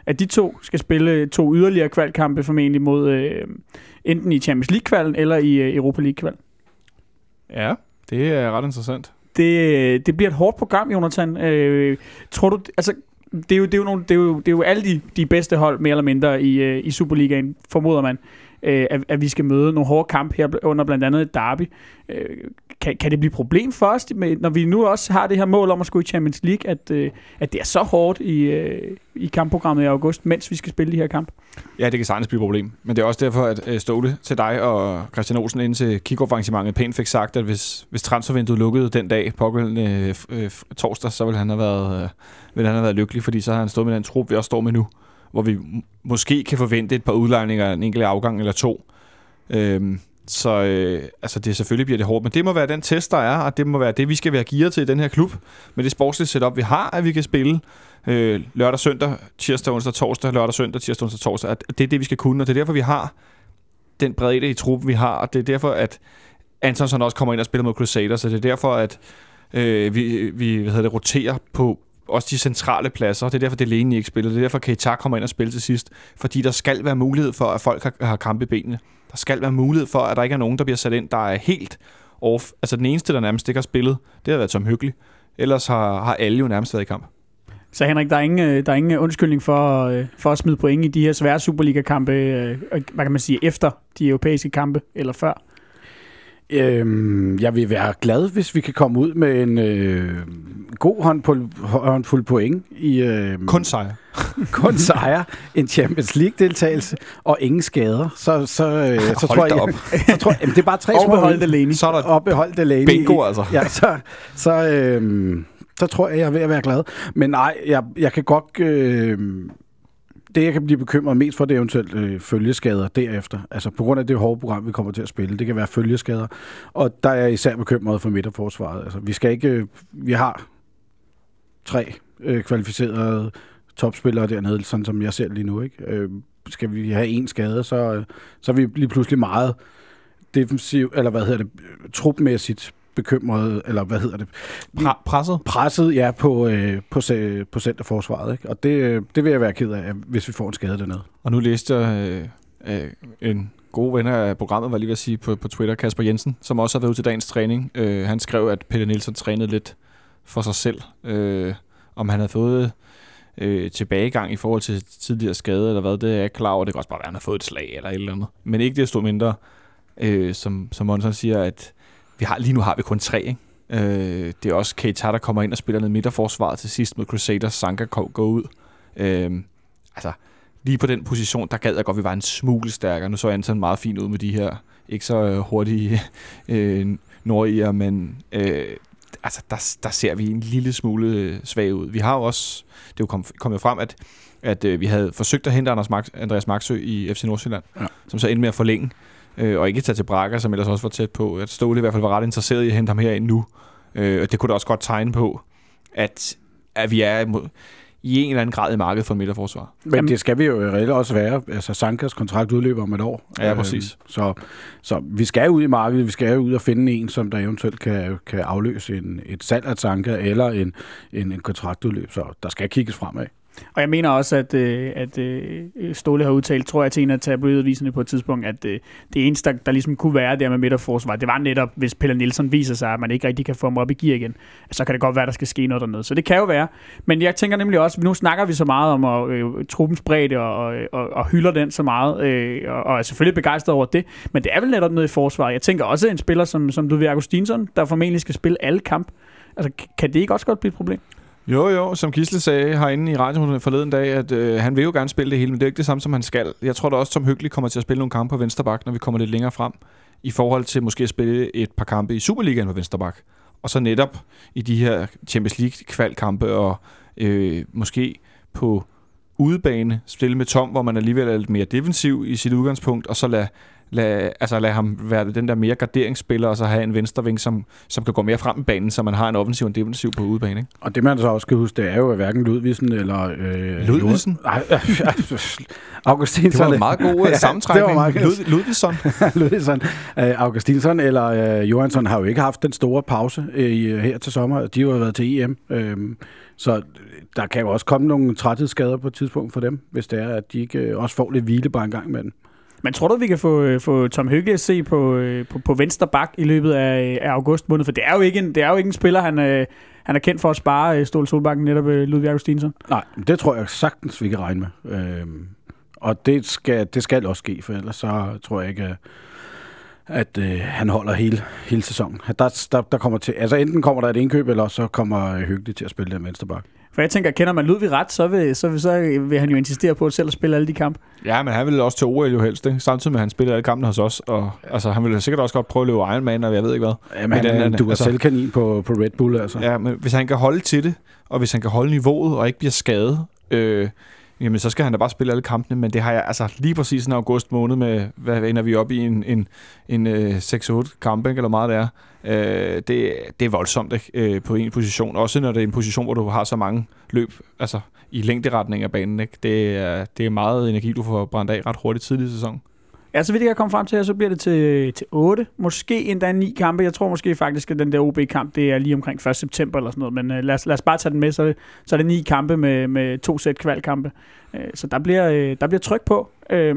at de to skal spille to yderligere kvalkampe formentlig mod øh, enten i Champions League-kvalen eller i øh, Europa League-kvalen. Ja, det er ret interessant. Det, det bliver et hårdt program, Jonathan. Øh, tror du, altså, det er jo, det er jo, nogle, det er jo, det er jo alle de, de bedste hold, mere eller mindre, i, øh, i Superligaen, formoder man, øh, at, at vi skal møde nogle hårde kampe her under blandt andet et derby. Øh, kan, kan det blive et problem for os, med, når vi nu også har det her mål om at skulle i Champions League, at, øh, at det er så hårdt i, øh, i kampprogrammet i august, mens vi skal spille de her kampe? Ja, det kan sagtens blive et problem. Men det er også derfor, at øh, Ståle til dig og Christian Olsen ind til kick-off-arrangementet pænt fik sagt, at hvis, hvis transfervinduet lukkede den dag, pågældende øh, torsdag, så ville han have været, øh, ville han have været lykkelig, fordi så har han stået med den trup, vi også står med nu, hvor vi m- måske kan forvente et par udlejninger, en enkelt afgang eller to. Øhm, så øh, altså det selvfølgelig bliver det hårdt, men det må være den test, der er, og det må være det, vi skal være gearet til i den her klub, med det sportslige setup, vi har, at vi kan spille øh, lørdag, søndag, tirsdag, onsdag, torsdag, lørdag, søndag, tirsdag, onsdag, torsdag. At det er det, vi skal kunne, og det er derfor, vi har den bredde i truppen, vi har, og det er derfor, at Antonsson også kommer ind og spiller mod Crusaders, så det er derfor, at øh, vi, vi hvad hedder det, roterer på også de centrale pladser. Det er derfor, Delaney ikke spiller. Det er derfor, Keita kommer ind og spiller til sidst. Fordi der skal være mulighed for, at folk har, har kamp i benene. Der skal være mulighed for, at der ikke er nogen, der bliver sat ind, der er helt off. Altså den eneste, der nærmest ikke har spillet, det har været Tom Høgli. Ellers har, har alle jo nærmest været i kamp. Så Henrik, der er ingen, der er ingen undskyldning for, for at smide point i de her svære Superliga-kampe, hvad kan man sige, efter de europæiske kampe, eller før? Øhm, jeg vil være glad, hvis vi kan komme ud med en øh, god håndfuld, håndfuld point i øh, kun sejr. kun sejr, en Champions League-deltagelse og ingen skader. Så, så, øh, så tror jeg, jeg, så tror jeg, jamen, det er bare tre små. Opbehold Delaney. Så er der Opbehold Delaney. bingo, altså. Ja, så, så, øh, så tror jeg, jeg er ved at være glad. Men nej, jeg, jeg kan godt... Øh, Det, jeg kan blive bekymret mest for, det er eventuelt øh, følgeskader derefter. Altså på grund af det hårde program, vi kommer til at spille. Det kan være følgeskader. Og der er jeg især bekymret for midterforsvaret. Altså, vi skal ikke... Øh, vi har tre øh, kvalificerede topspillere dernede, sådan som jeg ser lige nu. Ikke? Øh, skal vi have en skade, så, øh, så er vi lige pludselig meget defensiv, eller hvad hedder det, trupmæssigt bekymret, eller hvad hedder det? Pra- presset? Presset, ja, på, øh, på, på centerforsvaret, ikke? Og det, det vil jeg være ked af, hvis vi får en skade dernede. Og nu læste jeg øh, øh, en god ven af programmet, var lige ved at sige på, på Twitter, Kasper Jensen, som også har været ude til dagens træning. Øh, han skrev, at Peter Nielsen trænede lidt for sig selv. Øh, om han havde fået øh, tilbagegang i forhold til tidligere skade, eller hvad, det er jeg ikke klar over. Det kan også bare være, at han har fået et slag eller et eller andet. Men ikke desto mindre, øh, som, som Monson siger, at vi har, lige nu har vi kun tre, ikke? Øh, det er også Keita, der kommer ind og spiller ned midterforsvaret til sidst mod Crusaders. Sanka går ud. Øh, altså, lige på den position, der gad jeg godt, at vi var en smule stærkere. Nu så Anton meget fint ud med de her ikke så øh, hurtige øh, nordier, men øh, altså, der, der ser vi en lille smule svag ud. Vi har jo også, det er jo kommet kom frem, at, at øh, vi havde forsøgt at hente Anders Max, Andreas Maxø i F C Nordsjælland, ja. Som så endte med at forlænge. Øh, og ikke tage til Braga, som ellers også var tæt på. At Ståle i hvert fald var ret interesseret i at hente ham herind nu. Øh, og det kunne da også godt tegne på, at, at vi er imod, i en eller anden grad i markedet for midterforsvar. Men Jamen, det skal vi jo reelt også være. Altså Sankas kontrakt udløber om et år. Ja, præcis. Øh, så, så vi skal ud i markedet. Vi skal ud og finde en, som der eventuelt kan, kan afløse en, et salg af Sanka eller en, en, en kontraktudløb. Så der skal kigges fremad. Og jeg mener også, at, at Ståle har udtalt, tror jeg, til en af tabloidaviserne på et tidspunkt, at det eneste, der, der ligesom kunne være der med midterforsvar, det var netop, hvis Peter Nielsen viser sig, at man ikke rigtig kan få ham op i gear igen, så kan det godt være, at der skal ske noget dernede. Så det kan jo være. Men jeg tænker nemlig også, nu snakker vi så meget om at, øh, truppens bredde og, og, og hylder den så meget, øh, og, og er selvfølgelig begejstret over det, men det er vel netop noget i forsvaret. Jeg tænker også en spiller som, som Ludvig Augustinsson, der formentlig skal spille alle kamp. Altså, kan det ikke også godt blive et problem? Jo, jo, som Gisle sagde herinde i radioen forleden dag, at øh, han vil jo gerne spille det hele, men det er ikke det samme, som han skal. Jeg tror da også, Tom Høgli kommer til at spille nogle kampe på vensterbak, når vi kommer lidt længere frem, i forhold til måske at spille et par kampe i Superligaen på vensterbak. Og så netop i de her Champions League-kvalkampe, og øh, måske på udebane spille med Tom, hvor man alligevel er lidt mere defensiv i sit udgangspunkt, og så lade lad, altså lad ham være den der mere garderingsspiller, og så have en venstreving, som, som kan gå mere frem i banen, så man har en offensiv og en defensiv på udebane. Ikke? Og det man så også skal huske, det er jo, at hverken Ludvigsen eller... Øh, Ludvigsen? Nej, Augustinsson. Det var en meget god sammentrækning. Det var meget Lud, Ludvigsen. Ludvigsen. Uh, Augustinsson eller uh, Johansson har jo ikke haft den store pause uh, her til sommer. De har jo været til E M. Uh, så der kan jo også komme nogle træthedsskader på et tidspunkt for dem, hvis det er, at de ikke uh, også får lidt hvile bare en gang med den. Men tror du, vi kan få, få Tom Høgge at se på, på, på venstre bak i løbet af, af august måned? For det er jo ikke en, det er jo ikke en spiller, han, han er kendt for at spare Ståle Solbakken, netop Ludvig Augustinsson. Nej, det tror jeg sagtens, vi kan regne med. Øhm, og det skal, det skal også ske, for ellers så tror jeg ikke, at, at øh, han holder hele, hele sæsonen. Der, der, der kommer til, altså enten kommer der et indkøb, eller så kommer Høgge til at spille den venstre bak. For jeg tænker, kender man Ludvig ret, så vil, så, vil, så vil han jo insistere på at selv at spille alle de kampe. Ja, men han vil også til O L jo helst, ikke? Samtidig med, at han spiller alle kampene hos os. Og altså, han vil sikkert også godt prøve at løbe Ironman, og jeg ved ikke hvad. Jamen, han, han, du er altså, selvkanin på, på Red Bull, altså. Ja, men hvis han kan holde til det, og hvis han kan holde niveauet, og ikke bliver skadet, øh, jamen så skal han da bare spille alle kampene. Men det har jeg altså lige præcis en august måned med, hvad ender vi op i, en, en, en øh, seks otte kampe, eller meget det er. Øh, det, det er voldsomt, ikke? Øh, på en position. Også når det er en position, hvor du har så mange løb, altså i længderetning af banen, ikke? Det er, det er meget energi, du får brændt af ret hurtigt tidlig i sæsonen. Ja, så vidt jeg kan komme frem til, så bliver det til, til otte, måske endda ni kampe. Jeg tror måske faktisk, at den der O B-kamp, det er lige omkring første september eller sådan noget, men uh, lad, os, lad os bare tage den med, så er det, så er det ni kampe med, med to sæt kvalkampe. Uh, så der bliver, uh, der bliver tryk på. Uh,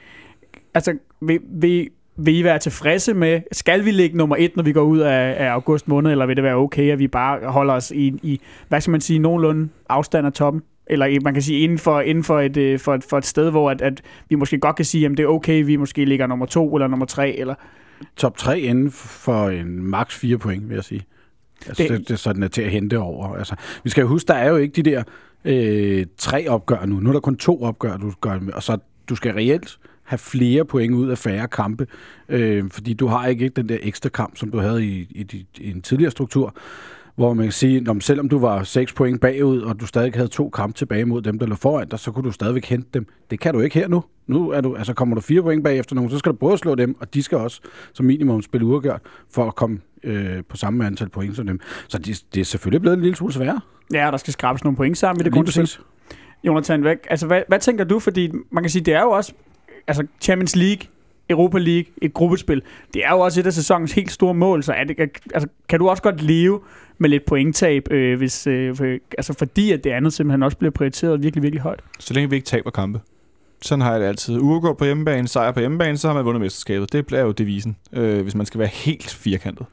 altså, vil, vil, vil I være tilfredse med, skal vi ligge nummer et, når vi går ud af, af august måned, eller vil det være okay, at vi bare holder os i, i hvad skal man sige, nogenlunde afstand af toppen? Eller man kan sige inden for, inden for, et, for, et, for et sted, hvor at, at vi måske godt kan sige, at det er okay, vi måske ligger nummer to eller nummer tre. Eller top tre inden for en max fire point, vil jeg sige. Altså, det, det, det er sådan, at til at hente over. Altså, vi skal jo huske, der er jo ikke de der øh, tre opgør nu. Nu er der kun to opgør, du gør med, og så du skal reelt have flere point ud af færre kampe, øh, fordi du har ikke den der ekstra kamp, som du havde i, i, i, i en tidligere struktur, hvor man kan sige, at selvom du var seks point bagud, og du stadig havde to kampe tilbage mod dem, der lå foran dig, så kunne du stadigvæk hente dem. Det kan du ikke her nu. Nu er du, altså kommer du fire point bag efter nogen, så skal du prøve at slå dem, og de skal også som minimum spille uafgjort, for at komme øh, på samme antal point som dem. Så det, det er selvfølgelig blevet en lille smule sværere. Ja, der skal skrabes nogle point sammen i det grundspil. Jonathan, hvad, altså, hvad, hvad tænker du? Fordi man kan sige, det er jo også altså Champions League, Europa League, et gruppespil. Det er jo også et af sæsonens helt store mål, så er det, altså, kan du også godt leve med lidt pointtab, øh, hvis, øh, for, altså fordi at det andet simpelthen også bliver prioriteret virkelig, virkelig højt. Så længe vi ikke taber kampe. Sådan har jeg det altid. Uafgjort på hjemmebane, sejr på hjemmebane, så har man vundet mesterskabet. Det bliver jo devisen, øh, hvis man skal være helt firkantet.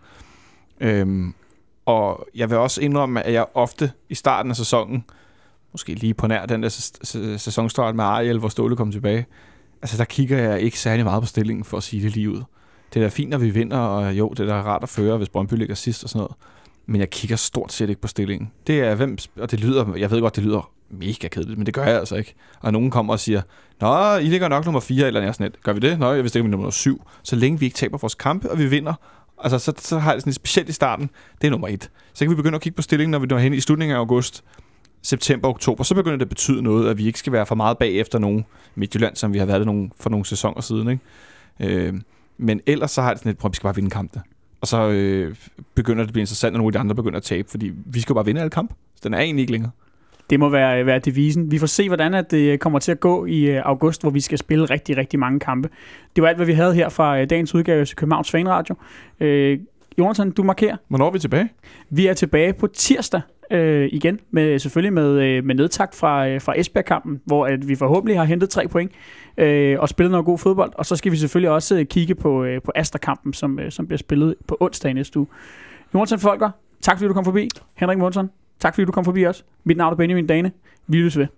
Øhm, og jeg vil også indrømme, at jeg ofte i starten af sæsonen, måske lige på nær den der sæsonstart med Ariel, hvor Ståle kom tilbage, altså der kigger jeg ikke særlig meget på stillingen, for at sige det lige ud. Det er da fint, når vi vinder, og jo, det er da rart at føre, hvis Brøndby ligger sidst og sådan noget. Men jeg kigger stort set ikke på stillingen. Det er hvem, og det lyder, jeg ved godt, det lyder mega kedeligt, men det gør jeg altså ikke. Og nogen kommer og siger, nå, I ligger nok nummer fire eller sådan et. Gør vi det? Nå, jeg vidste ikke, vi er nummer syv. Så længe vi ikke taber vores kampe, og vi vinder, altså så, så har jeg sådan et specielt i starten, det er nummer et. Så kan vi begynde at kigge på stillingen, når vi når hen i slutningen af august, september, oktober, så begynder det at betyde noget, at vi ikke skal være for meget bagefter nogen Midtjylland, som vi har været det nogle, for nogle sæsoner siden. Ikke? Øh, men ellers så har det sådan et, prøv, vi skal bare vinde kampene. Og så øh, begynder det at blive interessant, når nogle af de andre begynder at tabe, fordi vi skal bare vinde alle kampe. Så den er egentlig ikke længere. Det må være, være devisen. Vi får se, hvordan at det kommer til at gå i august, hvor vi skal spille rigtig, rigtig mange kampe. Det var alt, hvad vi havde her fra dagens udgave til Københavns Fanradio. Øh, Jonathan, du markerer. Hvornår er vi tilbage? Vi er tilbage på tirsdag øh, igen, med, selvfølgelig med, med nedtakt fra, fra Esbjerg-kampen, hvor at vi forhåbentlig har hentet tre point øh, og spillet noget god fodbold. Og så skal vi selvfølgelig også kigge på, øh, på Astra-kampen, som, øh, som bliver spillet på onsdag næste uge. Jonathan Folker, tak fordi du kom forbi. Henrik Monson, tak fordi du kom forbi os. Mit navn er Benjamin Dane. Vi lyttes ved.